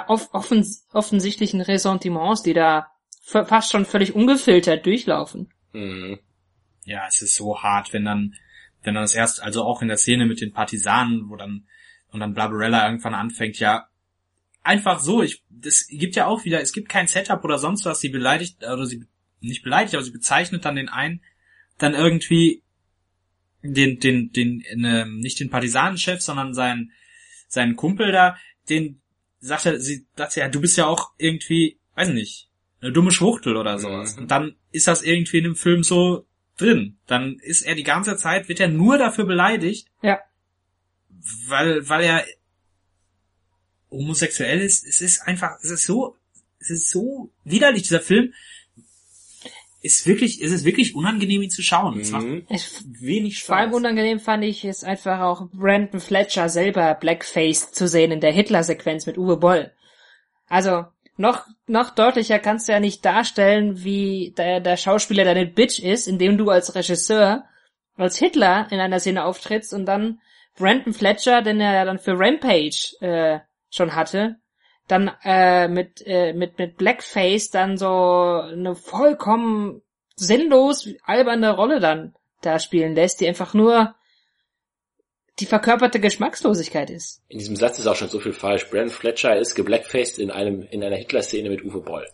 offensichtlichen Ressentiments, die da fast schon völlig ungefiltert durchlaufen.
Mhm.
Ja, es ist so hart, wenn dann das erst, also auch in der Szene mit den Partisanen, und dann Barbarella irgendwann anfängt, ja, einfach so, das gibt ja auch wieder, es gibt kein Setup oder sonst was, sie beleidigt, oder sie, nicht beleidigt, aber sie bezeichnet dann den einen, dann irgendwie nicht den Partisanenchef, sondern seinen Kumpel da, sie sagt ja, du bist ja auch irgendwie, weiß nicht, eine dumme Schwuchtel oder sowas. Und dann ist das irgendwie in dem Film so drin. Dann ist er die ganze Zeit, wird er nur dafür beleidigt.
Ja.
Weil er homosexuell ist. Es ist so widerlich, dieser Film. Es ist wirklich unangenehm, ihn zu schauen. Es macht wenig Spaß.
Vor allem unangenehm fand ich es einfach auch, Brandon Fletcher selber Blackface zu sehen in der Hitler-Sequenz mit Uwe Boll. Also, noch deutlicher kannst du ja nicht darstellen, wie der Schauspieler deine Bitch ist, indem du als Regisseur als Hitler in einer Szene auftrittst und dann Brandon Fletcher, den er ja dann für Rampage schon hatte, dann mit Blackface dann so eine vollkommen sinnlos alberne Rolle dann da spielen lässt, die einfach nur die verkörperte Geschmackslosigkeit ist.
In diesem Satz ist auch schon so viel falsch. Brandon Fletcher ist geblackfaced in einer Hitler-Szene mit Uwe Boll.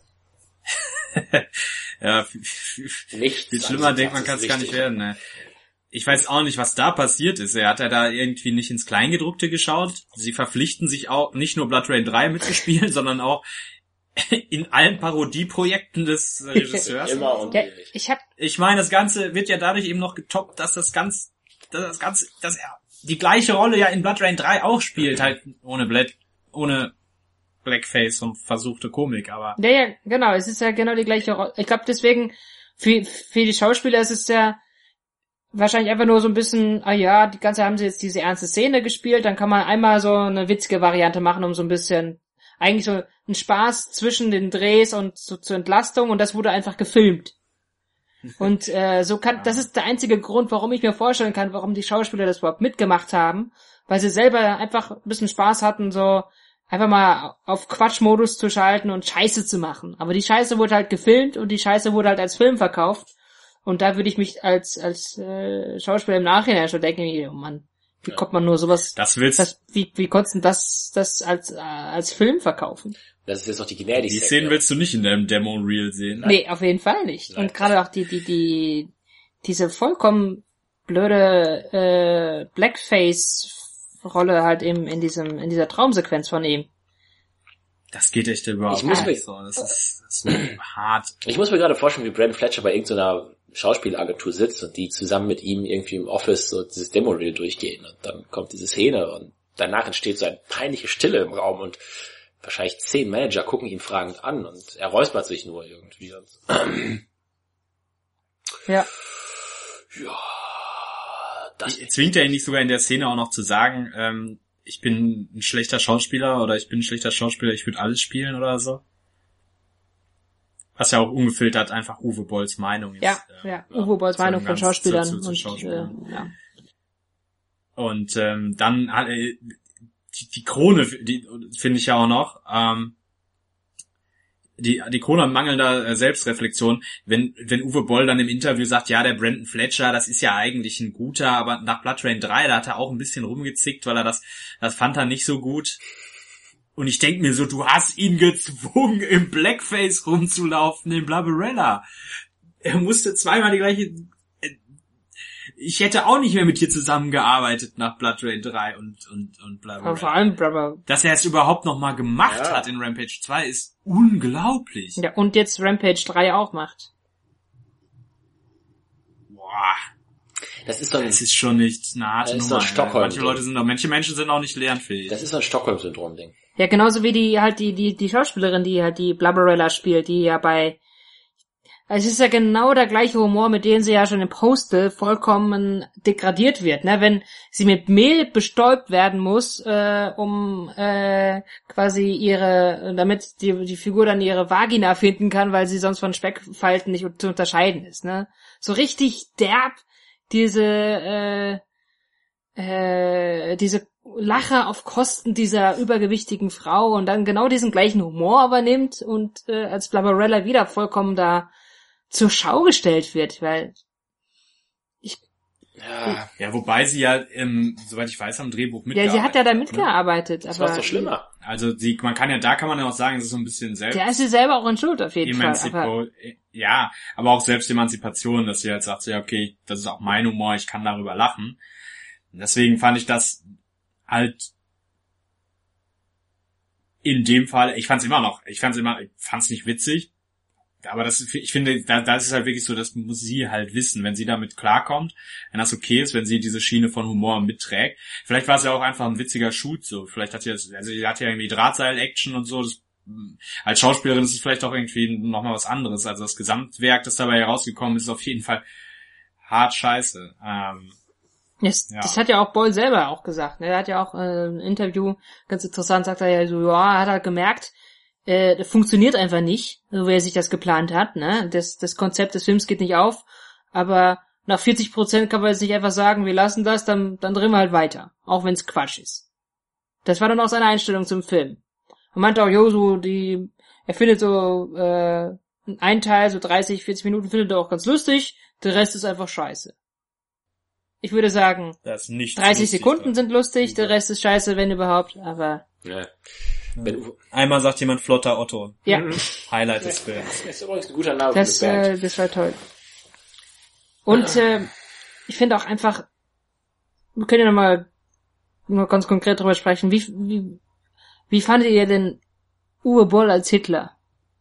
Ja,
Nichts
viel schlimmer denkt man, kann es gar nicht werden. Ne? Ich weiß auch nicht, was da passiert ist. Er hat ja da irgendwie nicht ins Kleingedruckte geschaut. Sie verpflichten sich auch, nicht nur Blood Rain 3 mitzuspielen, sondern auch in allen Parodieprojekten des Regisseurs.
Immer und
Ja,
ewig.
Ich meine, das Ganze wird ja dadurch eben noch getoppt, dass dass er die gleiche Rolle ja in Blood Rain 3 auch spielt, halt ohne Blackface und versuchte Komik, aber...
Ja, genau, es ist ja genau die gleiche Rolle. Ich glaube deswegen, für die Schauspieler ist es ja wahrscheinlich einfach nur so ein bisschen, die ganze haben sie jetzt diese ernste Szene gespielt, dann kann man einmal so eine witzige Variante machen, um so ein bisschen, eigentlich so einen Spaß zwischen den Drehs und so zur Entlastung, und das wurde einfach gefilmt. Und das ist der einzige Grund, warum ich mir vorstellen kann, warum die Schauspieler das überhaupt mitgemacht haben, weil sie selber einfach ein bisschen Spaß hatten, so einfach mal auf Quatschmodus zu schalten und Scheiße zu machen. Aber die Scheiße wurde halt gefilmt und die Scheiße wurde halt als Film verkauft. Und da würde ich mich als Schauspieler im Nachhinein schon denken, oh Mann, wie kommt man nur sowas, wie konntest du das als Film verkaufen?
Das ist jetzt noch die gnädigste.
Die Szenen willst du nicht in deinem Demo-Reel sehen.
Nee, auf jeden Fall nicht. Und gerade auch diese vollkommen blöde Blackface-Rolle halt eben in dieser Traumsequenz von ihm.
Das geht echt überhaupt nicht so. Das ist so hart.
Ich muss mir gerade vorstellen, wie Brandon Fletcher bei irgendeiner Schauspielagentur sitzt und die zusammen mit ihm irgendwie im Office so dieses Demo-Reel durchgehen. Und dann kommt diese Szene und danach entsteht so eine peinliche Stille im Raum und wahrscheinlich 10 Manager gucken ihn fragend an und er räuspert sich nur irgendwie.
Ja.
Ja.
Zwingt er ihn nicht sogar in der Szene auch noch zu sagen, ich bin ein schlechter Schauspieler oder ich bin ein schlechter Schauspieler, ich würde alles spielen oder so? Was ja auch ungefiltert einfach Uwe Bolls Meinung ist.
Ja, Uwe Bolls Meinung von Schauspielern.
Zu Schauspielern. Und dann die Krone, die finde ich ja auch noch, die Krone an mangelnder Selbstreflexion, wenn Uwe Boll dann im Interview sagt, ja, der Brandon Fletcher, das ist ja eigentlich ein guter, aber nach Blood Rain 3, da hat er auch ein bisschen rumgezickt, weil er das fand er nicht so gut. Und ich denk mir so, du hast ihn gezwungen, im Blackface rumzulaufen, in Barbarella. Er musste zweimal die gleiche... Ich hätte auch nicht mehr mit dir zusammengearbeitet nach Blood Rain 3 und Barbarella.
Aber vor allem,
dass er es überhaupt noch mal gemacht hat in Rampage 2 ist unglaublich.
Ja, und jetzt Rampage 3 auch macht.
Boah.
Das ist
schon nicht eine harte Nummer.
So ein Stockholm.
Manche Menschen sind auch nicht lernfähig.
Das ist so ein Stockholm-Syndrom-Ding.
Ja, genauso wie die Schauspielerin, die halt die Barbarella spielt, die ja es ist ja genau der gleiche Humor, mit dem sie ja schon im Postal vollkommen degradiert wird, ne? Wenn sie mit Mehl bestäubt werden muss, um quasi damit die Figur dann ihre Vagina finden kann, weil sie sonst von Speckfalten nicht zu unterscheiden ist, ne? So richtig derb diese Lache auf Kosten dieser übergewichtigen Frau und dann genau diesen gleichen Humor aber nimmt und als Barbarella wieder vollkommen da zur Schau gestellt wird, weil
Ja, wobei sie ja, soweit ich weiß, am Drehbuch mitgearbeitet
sie hat ja da mitgearbeitet.
Das
aber
war's doch schlimmer.
Also da kann man ja auch sagen, es ist so ein bisschen selbst.
Ja, ist sie selber auch in Schuld auf jeden Fall.
Aber auch Selbstemanzipation, dass sie halt sagt, ja, okay, das ist auch mein Humor, ich kann darüber lachen. Deswegen fand ich das halt in dem Fall, ich fand's nicht witzig, aber ich finde, da ist es halt wirklich so, das muss sie halt wissen, wenn sie damit klarkommt, wenn das okay ist, wenn sie diese Schiene von Humor mitträgt. Vielleicht war es ja auch einfach ein witziger Shoot, so. Vielleicht hat sie sie hat ja irgendwie Drahtseil-Action und so, als Schauspielerin ist es vielleicht auch irgendwie nochmal was anderes. Also das Gesamtwerk, das dabei herausgekommen ist, ist auf jeden Fall hart scheiße.
Das hat ja auch Boyle selber auch gesagt. Ne? Er hat ja auch im Interview, ganz interessant, sagt er ja so, ja, er hat halt gemerkt, das funktioniert einfach nicht, so wie er sich das geplant hat. Ne? Das Konzept des Films geht nicht auf, aber nach 40% kann man jetzt nicht einfach sagen, wir lassen das, dann drehen wir halt weiter, auch wenn es Quatsch ist. Das war dann auch seine Einstellung zum Film. Er meinte auch, er findet so einen Teil, so 30, 40 Minuten findet er auch ganz lustig, der Rest ist einfach scheiße. Ich würde sagen, 30 Sekunden sind lustig, der Rest ist scheiße, wenn überhaupt, aber...
Ja.
Einmal sagt jemand flotter Otto.
Ja.
Highlight des Films.
Das ist übrigens ein guter Name
das,
für eine Band.
Das war toll. Und ich finde auch einfach, wir können ja nochmal nur ganz konkret drüber sprechen, wie fandet ihr denn Uwe Boll als Hitler?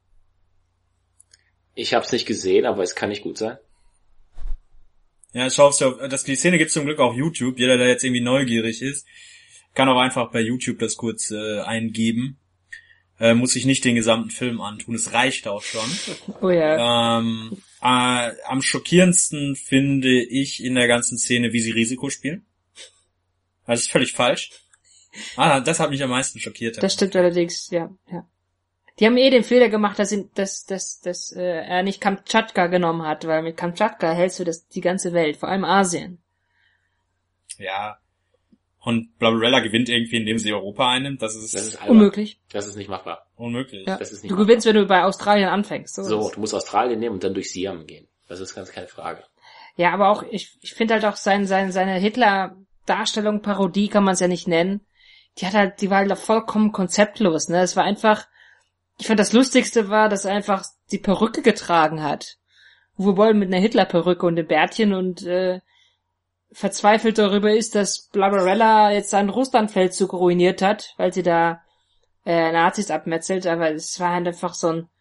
Ich hab's nicht gesehen, aber es kann nicht gut sein.
Ja, die Szene gibt's zum Glück auf YouTube. Jeder, der jetzt irgendwie neugierig ist, kann auch einfach bei YouTube das kurz eingeben. Muss sich nicht den gesamten Film antun. Es reicht auch schon.
Oh ja.
Am schockierendsten finde ich in der ganzen Szene, wie sie Risiko spielen. Das ist völlig falsch. Das hat mich am meisten schockiert.
Das stimmt allerdings, ja. Die haben den Fehler gemacht, dass er nicht Kamtschatka genommen hat, weil mit Kamtschatka hältst du die ganze Welt, vor allem Asien.
Ja. Und Barbarella gewinnt irgendwie, indem sie Europa einnimmt. Das ist
unmöglich.
Das ist nicht machbar.
Unmöglich.
Ja.
Das ist nicht
du gewinnst, wenn du bei Australien anfängst.
So, du musst Australien nehmen und dann durch Siam gehen. Das ist ganz keine Frage.
Ja, aber auch, ich finde halt auch seine Hitler-Darstellung, Parodie kann man es ja nicht nennen. Die war halt vollkommen konzeptlos, ne? Es war einfach, ich fand das Lustigste war, dass er einfach die Perücke getragen hat. Uwe Boll mit einer Hitler-Perücke und dem Bärtchen und verzweifelt darüber ist, dass Barbarella jetzt seinen Russlandfeldzug ruiniert hat, weil sie da Nazis abmetzelt, aber es war halt einfach so ein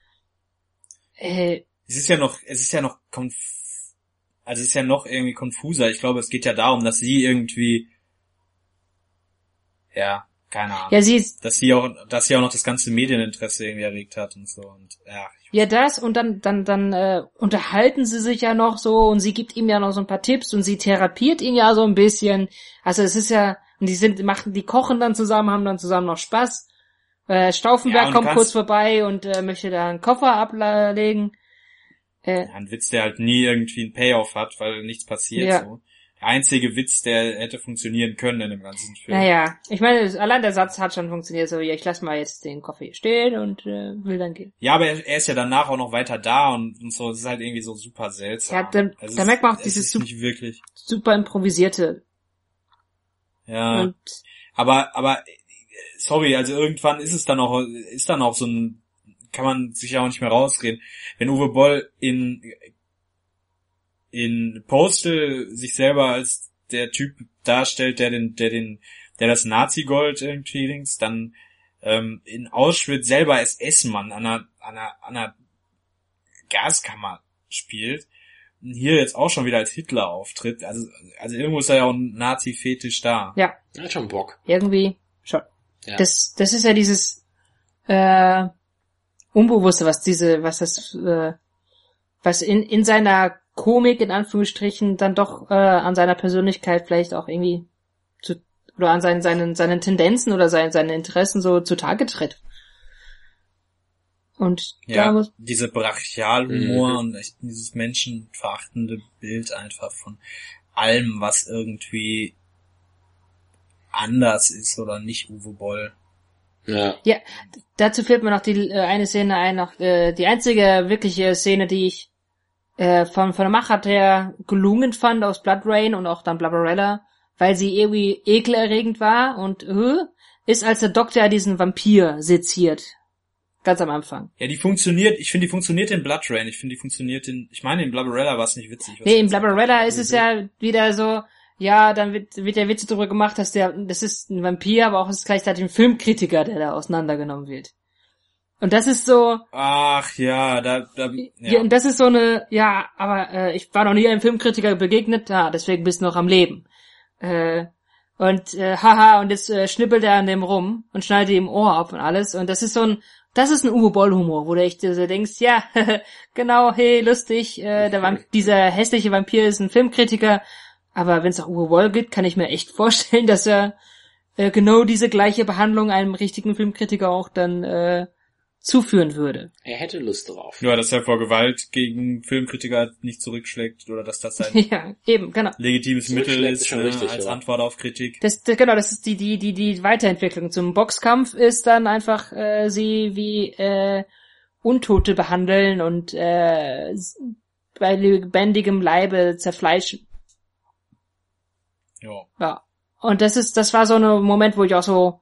es ist ja noch irgendwie konfuser. Ich glaube, es geht ja darum, dass sie irgendwie keine Ahnung.
Ja,
dass sie auch noch das ganze Medieninteresse irgendwie erregt hat und so und
das und dann unterhalten sie sich ja noch so und sie gibt ihm ja noch so ein paar Tipps und sie therapiert ihn ja so ein bisschen. Also es ist ja, und die kochen dann zusammen, haben dann zusammen noch Spaß. Stauffenberg kommt kurz vorbei und möchte da einen Koffer ablegen.
Ein Witz, der halt nie irgendwie einen Payoff hat, weil nichts passiert.
Ja.
So. Der einzige Witz, der hätte funktionieren können in dem ganzen Film.
Naja, ich meine, allein der Satz hat schon funktioniert, so, ja, ich lass mal jetzt den Koffer hier stehen und will dann gehen.
Ja, aber er ist ja danach auch noch weiter da und so, es ist halt irgendwie so super seltsam.
Ja, da merkt man auch dieses super improvisierte.
Ja, und aber sorry, also irgendwann ist dann auch so ein, kann man sich ja auch nicht mehr rausreden. Wenn Uwe Boll in Postal sich selber als der Typ darstellt, der das Nazi-Gold irgendwie links, dann in Auschwitz selber als S-Mann an einer Gaskammer spielt und hier jetzt auch schon wieder als Hitler auftritt. Also irgendwo ist da ja auch ein Nazi-Fetisch da.
Ja.
Er hat schon Bock.
Irgendwie schon.
Ja.
Das ist ja dieses Unbewusste, was in seiner Komik in Anführungsstrichen dann doch an seiner Persönlichkeit vielleicht auch irgendwie oder an seinen Tendenzen oder seinen Interessen so zutage tritt. Und
ja, diese Brachialhumor und echt dieses menschenverachtende Bild einfach von allem, was irgendwie anders ist oder nicht Uwe Boll.
Ja,
dazu fällt mir noch die eine Szene ein, noch die einzige wirkliche Szene, die ich von der Machart her gelungen fand aus Blood Rain und auch dann Blubberella, weil sie irgendwie ekelerregend war und ist, als der Doktor diesen Vampir seziert. Ganz am Anfang.
Ja, ich finde, die funktioniert in Blood Rain. Ich meine, in Blubberella war es nicht witzig.
Nee, in Blubberella ist es ja wieder so, ja, dann wird der Witz darüber gemacht, das ist ein Vampir, aber auch ist gleichzeitig ein Filmkritiker, der da auseinandergenommen wird. Und das ist so...
Ach ja,
ja, und das ist so eine, ja, aber ich war noch nie einem Filmkritiker begegnet, deswegen bist du noch am Leben. Und jetzt schnippelt er an dem rum und schneidet ihm Ohr ab und alles. Und das ist ein Uwe Boll-Humor, wo du echt so denkst, ja, genau, hey, lustig, dieser hässliche Vampir ist ein Filmkritiker, aber wenn es auch Uwe Boll gibt, kann ich mir echt vorstellen, dass er genau diese gleiche Behandlung einem richtigen Filmkritiker auch dann zuführen würde.
Er hätte Lust drauf.
Ja, dass er vor Gewalt gegen Filmkritiker nicht zurückschlägt oder dass das ein
ja, eben, genau.
legitimes Mittel ist
schon richtig,
als
ja.
Antwort auf Kritik.
Das ist die Weiterentwicklung. Zum Boxkampf ist dann einfach sie wie Untote behandeln und bei lebendigem Leibe zerfleischen. Ja. Und das war so ein Moment, wo ich auch so,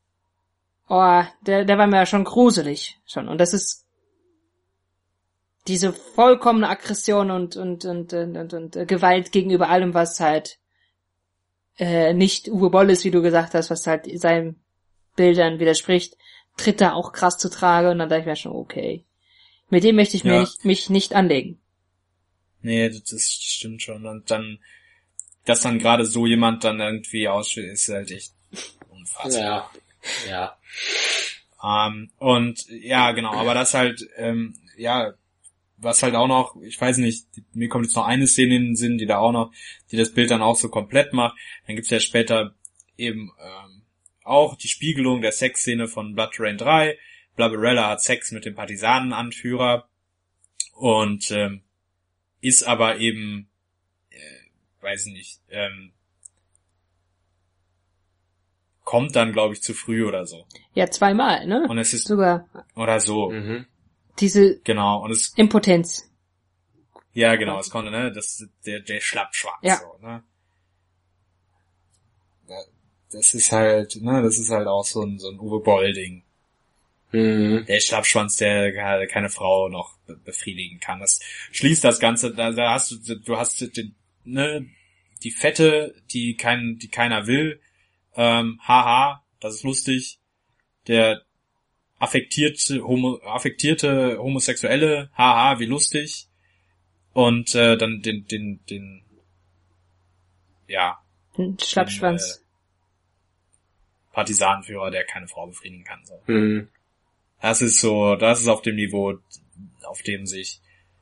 der war mir ja schon gruselig schon. Und das ist diese vollkommene Aggression und Gewalt gegenüber allem, was halt nicht Uwe Boll ist, wie du gesagt hast, was halt seinen Bildern widerspricht, tritt da auch krass zu Trage. Und dann dachte ich mir schon, okay, mit dem möchte ich mich nicht anlegen.
Nee, das stimmt schon. Und dann, dass dann gerade so jemand dann irgendwie aussteht, ist halt echt unfassbar.
Ja.
Und ja, genau, aber das halt, was halt auch noch, ich weiß nicht, mir kommt jetzt noch eine Szene in den Sinn, die das Bild dann auch so komplett macht. Dann gibt's ja später eben auch die Spiegelung der Sexszene von Blood Rain 3. Blubberella hat Sex mit dem Partisanenanführer und ist aber eben, weiß nicht, kommt dann, glaube ich, zu früh oder so.
Ja, 2-mal, ne?
Und es ist
sogar
oder so.
Mhm.
diese
Genau, und es
Impotenz.
ja, genau, es konnte, ne, das der Schlappschwanz
Ja.
so, ne? Das ist halt auch so ein Uwe Boll Ding.
Mhm.
Der Schlappschwanz, der keine Frau noch befriedigen kann. Das schließt das Ganze, da hast du die Fette, die keiner will. Haha, das ist lustig. Der affektierte Homosexuelle, haha, wie lustig. Und dann den
Schlappschwanz.
Partisanenführer, der keine Frau befriedigen kann. So.
Mhm.
Das ist auf dem Niveau, auf dem sich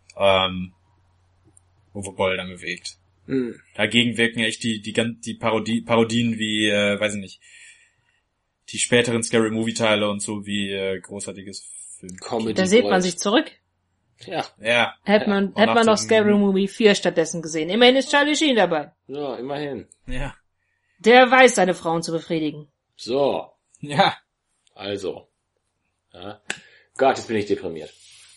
Uwe Boll dann bewegt.
Mhm.
Dagegen wirken echt die Parodien wie, weiß ich nicht, die späteren Scary Movie Teile und so wie großartiges Film.
Comedy
Da sieht man
Gold.
sich zurück.
Ja.
Ja.
Hätte man noch Scary Movie 4 stattdessen gesehen. Immerhin ist Charlie Sheen dabei.
Ja, immerhin.
Ja.
Der weiß, seine Frauen zu befriedigen.
So,
Ja.
also. Ja. Gott, jetzt bin ich deprimiert.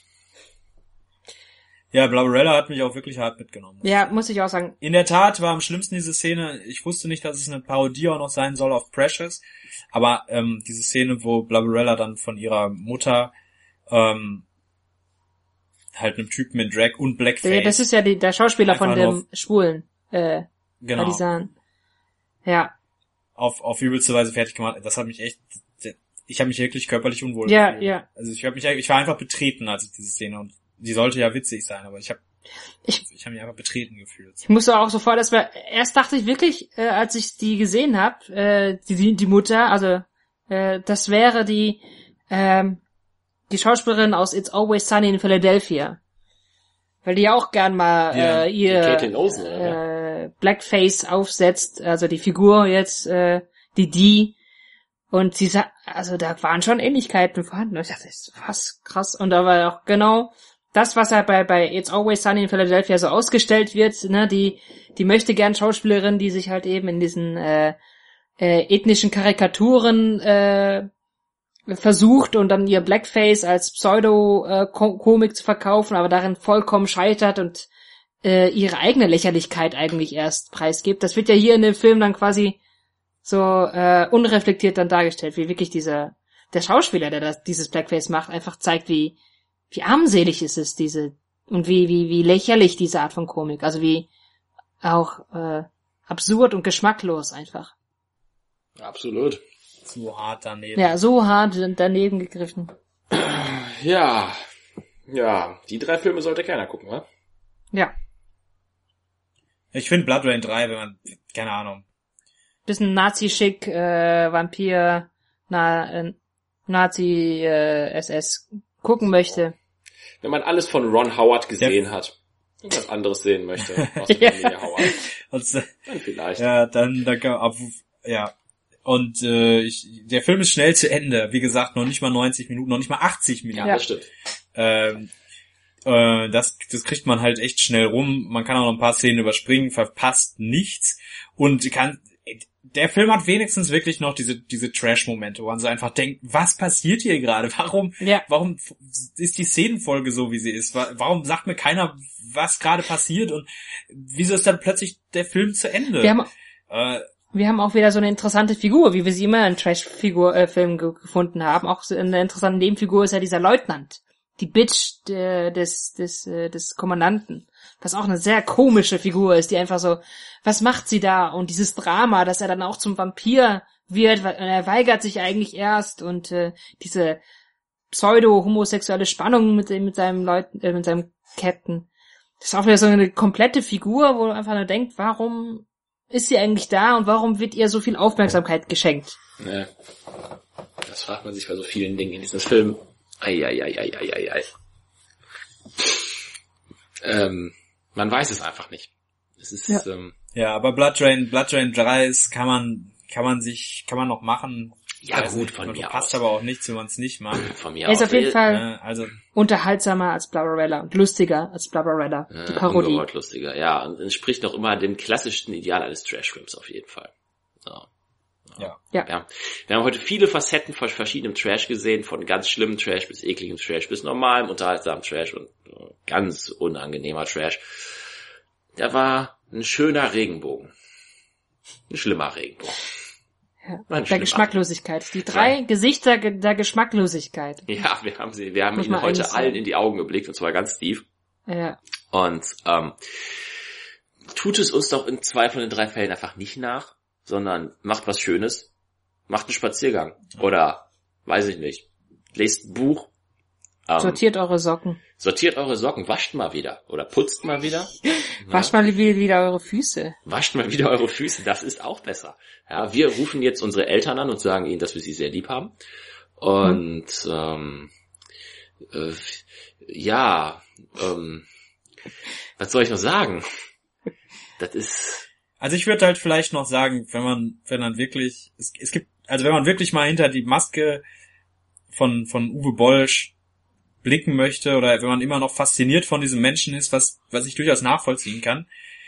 Ja, Blubberella hat mich auch wirklich hart mitgenommen.
Ja, muss ich auch sagen.
In der Tat war am schlimmsten diese Szene, ich wusste nicht, dass es eine Parodie auch noch sein soll auf Precious, aber diese Szene, wo Blubberella dann von ihrer Mutter halt einem Typen in Drag und Blackface.
Das ist ja der Schauspieler von
Einfach
dem schwulen
genau,
Partisan. Ja.
auf übelste Weise fertig gemacht. Das hat mich echt, ich habe mich wirklich körperlich unwohl
Ja,
gefühlt.
ja.
Also ich war einfach betreten, als ich diese Szene, und die sollte ja witzig sein, aber ich habe mich einfach betreten gefühlt.
Ich musste auch sofort erst dachte ich wirklich, als ich die gesehen habe, die Mutter, also das wäre die Schauspielerin aus It's Always Sunny in Philadelphia. Weil die ja auch gern mal ihr
Caitlin Olsen, oder?
Blackface aufsetzt, also die Figur jetzt, die und sie sagt, also da waren schon Ähnlichkeiten vorhanden. Ich dachte, was krass. Und da war auch genau das, was halt bei It's Always Sunny in Philadelphia so ausgestellt wird, ne, die möchte gern Schauspielerin, die sich halt eben in diesen ethnischen Karikaturen versucht und dann ihr Blackface als Pseudo-Komik zu verkaufen, aber darin vollkommen scheitert und ihre eigene Lächerlichkeit eigentlich erst preisgibt. Das wird ja hier in dem Film dann quasi so unreflektiert dann dargestellt, wie wirklich der Schauspieler, der dieses Blackface macht, einfach zeigt, wie armselig es ist, und wie lächerlich diese Art von Komik, also wie auch absurd und geschmacklos einfach.
Absolut.
So hart daneben.
Ja, so hart daneben gegriffen.
Ja, die 3 Filme sollte keiner gucken, wa?
Ja.
Ich finde Blood Rain 3, wenn man, keine Ahnung.
Bisschen Nazi-Schick, Vampir, Nazi, SS gucken möchte.
Wenn man alles von Ron Howard gesehen hat und was anderes sehen möchte, aus der Familie Howard, dann vielleicht.
Ja, dann ja. Und der Film ist schnell zu Ende. Wie gesagt, noch nicht mal 90 Minuten, noch nicht mal 80 Minuten.
Ja, das stimmt.
Das kriegt man halt echt schnell rum. Man kann auch noch ein paar Szenen überspringen, verpasst nichts. Und der Film hat wenigstens wirklich noch diese Trash-Momente, wo man so einfach denkt, was passiert hier gerade? Warum ist die Szenenfolge so, wie sie ist? Warum sagt mir keiner, was gerade passiert? Und wieso ist dann plötzlich der Film zu Ende?
Wir haben auch wieder so eine interessante Figur, wie wir sie immer in Trash-Film gefunden haben. Auch so eine interessante Nebenfigur ist ja dieser Leutnant. Die Bitch des Kommandanten. Was auch eine sehr komische Figur ist, die einfach so, was macht sie da? Und dieses Drama, dass er dann auch zum Vampir wird, weil er weigert sich eigentlich erst und diese pseudo-homosexuelle Spannung mit seinem Captain. Das ist auch wieder so eine komplette Figur, wo du einfach nur denkst, warum ist sie eigentlich da und warum wird ihr so viel Aufmerksamkeit geschenkt?
Ja. Das fragt man sich bei so vielen Dingen in diesem Film. Eieieiei. Man weiß es einfach nicht. Es ist,
ja, aber Blood Rain 3 ist, kann man noch machen.
Ja, gut, von mir
passt
aus.
aber auch nichts, wenn man es nicht macht.
Von mir
Er ist
aus.
auf jeden Fall unterhaltsamer als Barbarella und lustiger als Barbarella. Die Parodie.
Ungeheuert lustiger, ja. Und entspricht noch immer dem klassischen Ideal eines Trash-Films auf jeden Fall. So.
Ja.
Wir haben heute viele Facetten von verschiedenem Trash gesehen, von ganz schlimmem Trash bis ekligem Trash, bis normalem, unterhaltsamen Trash und ganz unangenehmer Trash. Da war ein schöner Regenbogen. Ein schlimmer Regenbogen.
Ja, der Geschmacklosigkeit. Die 3 Gesichter der Geschmacklosigkeit.
Ja, wir haben ihnen heute allen in die Augen geblickt, und zwar ganz tief.
Ja.
Und tut es uns doch in 2 von den 3 Fällen einfach nicht nach, sondern macht was Schönes. Macht einen Spaziergang. Oder, weiß ich nicht, lest ein Buch.
Sortiert eure Socken.
Wascht mal wieder. Oder putzt mal wieder.
Wascht mal wieder eure Füße.
Wascht mal wieder eure Füße, das ist auch besser. Ja, wir rufen jetzt unsere Eltern an und sagen ihnen, dass wir sie sehr lieb haben. Und was soll ich noch sagen? Das ist...
Also ich würde halt vielleicht noch sagen, wenn man wirklich, wenn man wirklich mal hinter die Maske von Uwe Boll blicken möchte, oder wenn man immer noch fasziniert von diesem Menschen ist, was ich durchaus nachvollziehen kann,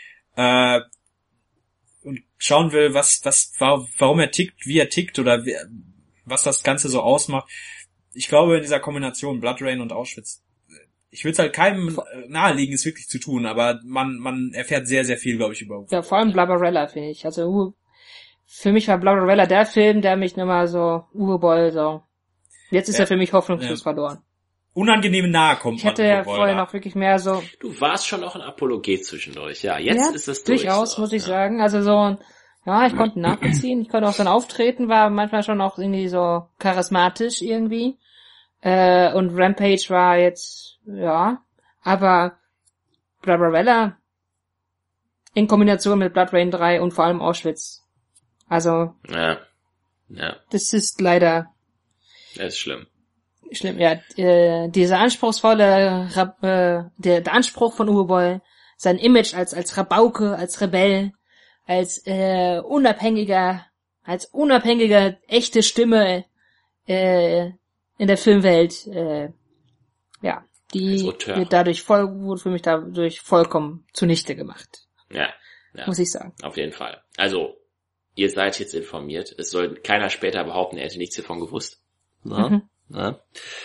und schauen will, warum er tickt, wie er tickt, oder was das Ganze so ausmacht. Ich glaube, in dieser Kombination Blood Rain und Auschwitz, ich würde es halt keinem nahelegen, es wirklich zu tun, aber man erfährt sehr, sehr viel, glaube ich, über Uwe.
Ja, vor allem Barbarella, finde ich. Also für mich war Barbarella der Film, der mich nochmal so, Uwe Boll, so. Jetzt ist er für mich hoffnungslos verloren.
Unangenehm nahe kommt
man. Ich hatte ja vorher noch wirklich mehr so...
Du warst schon auch ein Apologet zwischendurch, ja. Jetzt ist es durch.
Durchaus, muss ich sagen. Also so, ja, ich konnte nachvollziehen. Ich konnte auch sein Auftreten, war manchmal schon auch irgendwie so charismatisch irgendwie. Und Rampage war jetzt, ja. Aber Barbarella in Kombination mit Blood Rain 3 und vor allem Auschwitz. Also... Ja. Das ist leider...
Das ist schlimm.
Schlimm, ja. Dieser anspruchsvolle, der Anspruch von Uwe Boll, sein Image als Rabauke, als Rebell, als unabhängiger, echte Stimme in der Filmwelt, die wurde für mich dadurch vollkommen zunichte gemacht.
Ja.
Muss ich sagen.
Auf jeden Fall. Also, ihr seid jetzt informiert. Es soll keiner später behaupten, er hätte nichts hiervon gewusst. Na? Na?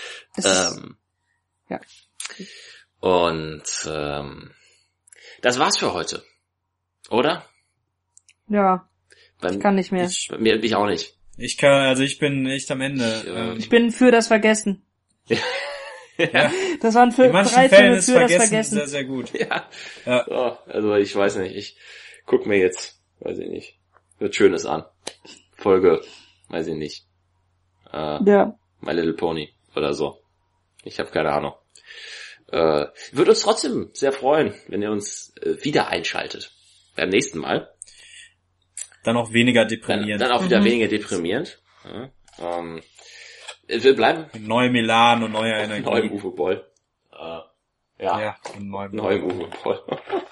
Ja.
Und das war's für heute. Oder?
Ja, ich kann nicht mehr.
Ich auch nicht.
Ich bin echt am Ende.
Ich bin für das Vergessen.
Ja.
Das waren
In manchen
3
Fällen
Filme
ist
für das Vergessen.
sehr, sehr gut.
Ja.
Ja.
Oh, also ich weiß nicht, ich guck mir jetzt, weiß ich nicht, wird Schönes an. Folge, weiß ich nicht.
Ja.
My Little Pony oder so. Ich habe keine Ahnung. Würde uns trotzdem sehr freuen, wenn ihr uns wieder einschaltet. Beim nächsten Mal.
Dann auch weniger deprimierend.
Dann auch wieder weniger deprimierend. Ja, wir bleiben
mit neuem Elan und neuer Energie.
Neuem Uwe Boll.
Ja, und
neuem Uwe Boll.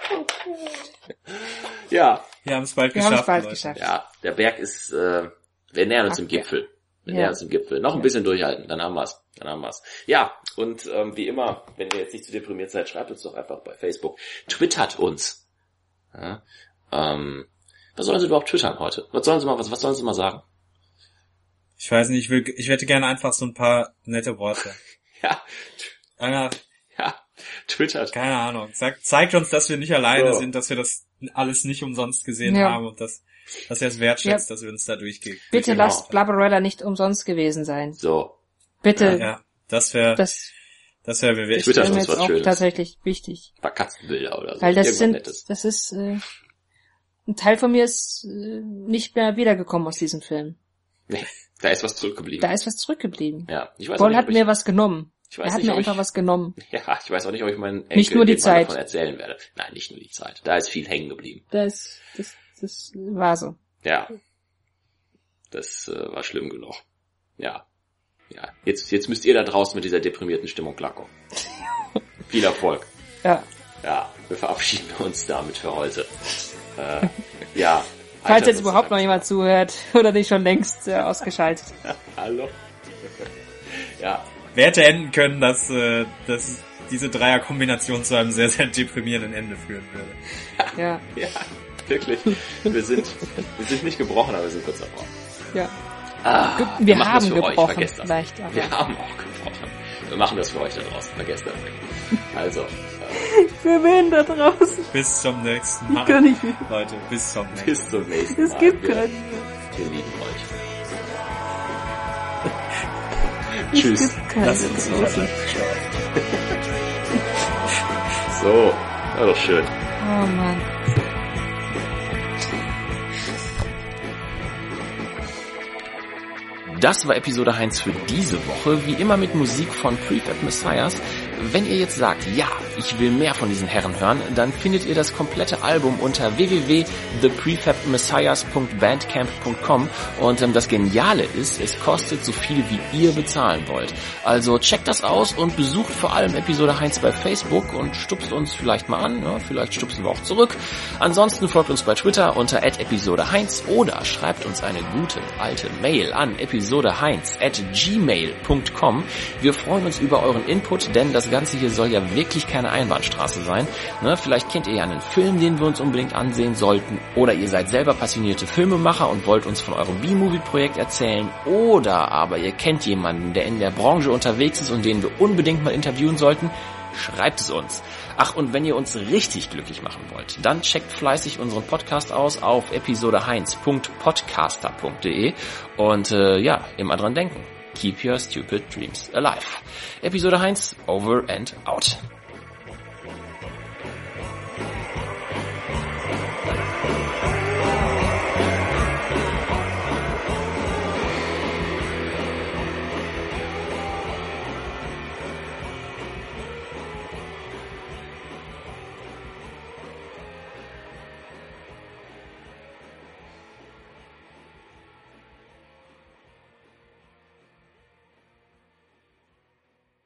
Ja.
Wir haben es bald geschafft.
Ja, der Berg ist, wir nähern uns dem Gipfel. Noch ein bisschen durchhalten, dann haben wir's. Ja, und wie immer, wenn ihr jetzt nicht zu deprimiert seid, schreibt uns doch einfach bei Facebook. Twittert uns. Ja, was sollen sie überhaupt twittern heute? Was sollen sie mal sagen?
Ich weiß nicht, ich hätte gerne einfach so ein paar nette Worte.
Twittert.
Keine Ahnung. Zeigt uns, dass wir nicht alleine sind, dass wir das alles nicht umsonst gesehen haben und dass ihr es wertschätzt, dass wir uns da durchgehen.
Bitte lasst Blabberella nicht umsonst gewesen sein.
So.
Bitte.
Ja, das wäre mir wichtig.
Twitter ist
jetzt
was
auch
Schönes.
Tatsächlich wichtig.
Ein paar Katzenbilder oder so.
Weil das
Nettes.
ist, ein Teil von mir ist nicht mehr wiedergekommen aus diesem Film.
Nee, da ist was zurückgeblieben.
Ja,
ich weiß
Boll
nicht,
hat mir was genommen.
Er hat mir
einfach was genommen.
Ja, ich weiß auch nicht, ob ich meinen Enkel
nicht nur die Zeit
davon erzählen werde. Nein, nicht nur die Zeit. Da ist viel hängen geblieben.
Das war so.
Ja. Das war schlimm genug. Ja. Jetzt müsst ihr da draußen mit dieser deprimierten Stimmung klarkommen. Viel Erfolg.
Ja.
Ja, wir verabschieden uns damit für heute.
Falls jetzt überhaupt noch jemand zuhört oder nicht schon längst ausgeschaltet.
Hallo. Ja.
Wer hätte enden können, dass diese Dreierkombination zu einem sehr, sehr deprimierenden Ende führen würde.
Ja.
Ja, wirklich. Wir sind nicht gebrochen, aber wir sind kurz davor.
Ja.
Wir
haben gebrochen,
vergesst das.
vielleicht. Aber.
Wir haben auch gebrochen. Wir machen das für euch da draußen. Vergesst das nicht. Also.
Für wen da draußen?
Bis zum nächsten Mal.
Ich kann nicht mehr.
Leute, bis zum nächsten Mal.
Es gibt keinen.
Wir lieben euch. Tschüss.
Lass uns noch weiter.
So, war doch schön.
Oh Mann.
Das war Episode 1 für diese Woche, wie immer mit Musik von Prefab Messiahs. Wenn ihr jetzt sagt, ja, ich will mehr von diesen Herren hören, dann findet ihr das komplette Album unter www.theprefabbmessiahs.bandcamp.com und das Geniale ist, es kostet so viel, wie ihr bezahlen wollt. Also checkt das aus und besucht vor allem Episode 1 bei Facebook und stupst uns vielleicht mal an, ja, vielleicht stupsen wir auch zurück. Ansonsten folgt uns bei Twitter unter @episode1 oder schreibt uns eine gute alte Mail an episode1@gmail.com. Wir freuen uns über euren Input, denn das Ganze hier soll ja wirklich keine Einbahnstraße sein. Ne, vielleicht kennt ihr ja einen Film, den wir uns unbedingt ansehen sollten, oder ihr seid selber passionierte Filmemacher und wollt uns von eurem B-Movie-Projekt erzählen, oder aber ihr kennt jemanden, der in der Branche unterwegs ist und den wir unbedingt mal interviewen sollten. Schreibt es uns. Ach, und wenn ihr uns richtig glücklich machen wollt, dann checkt fleißig unseren Podcast aus auf episode1.podcaster.de und immer dran denken. Keep your stupid dreams alive. Episode 1, over and out.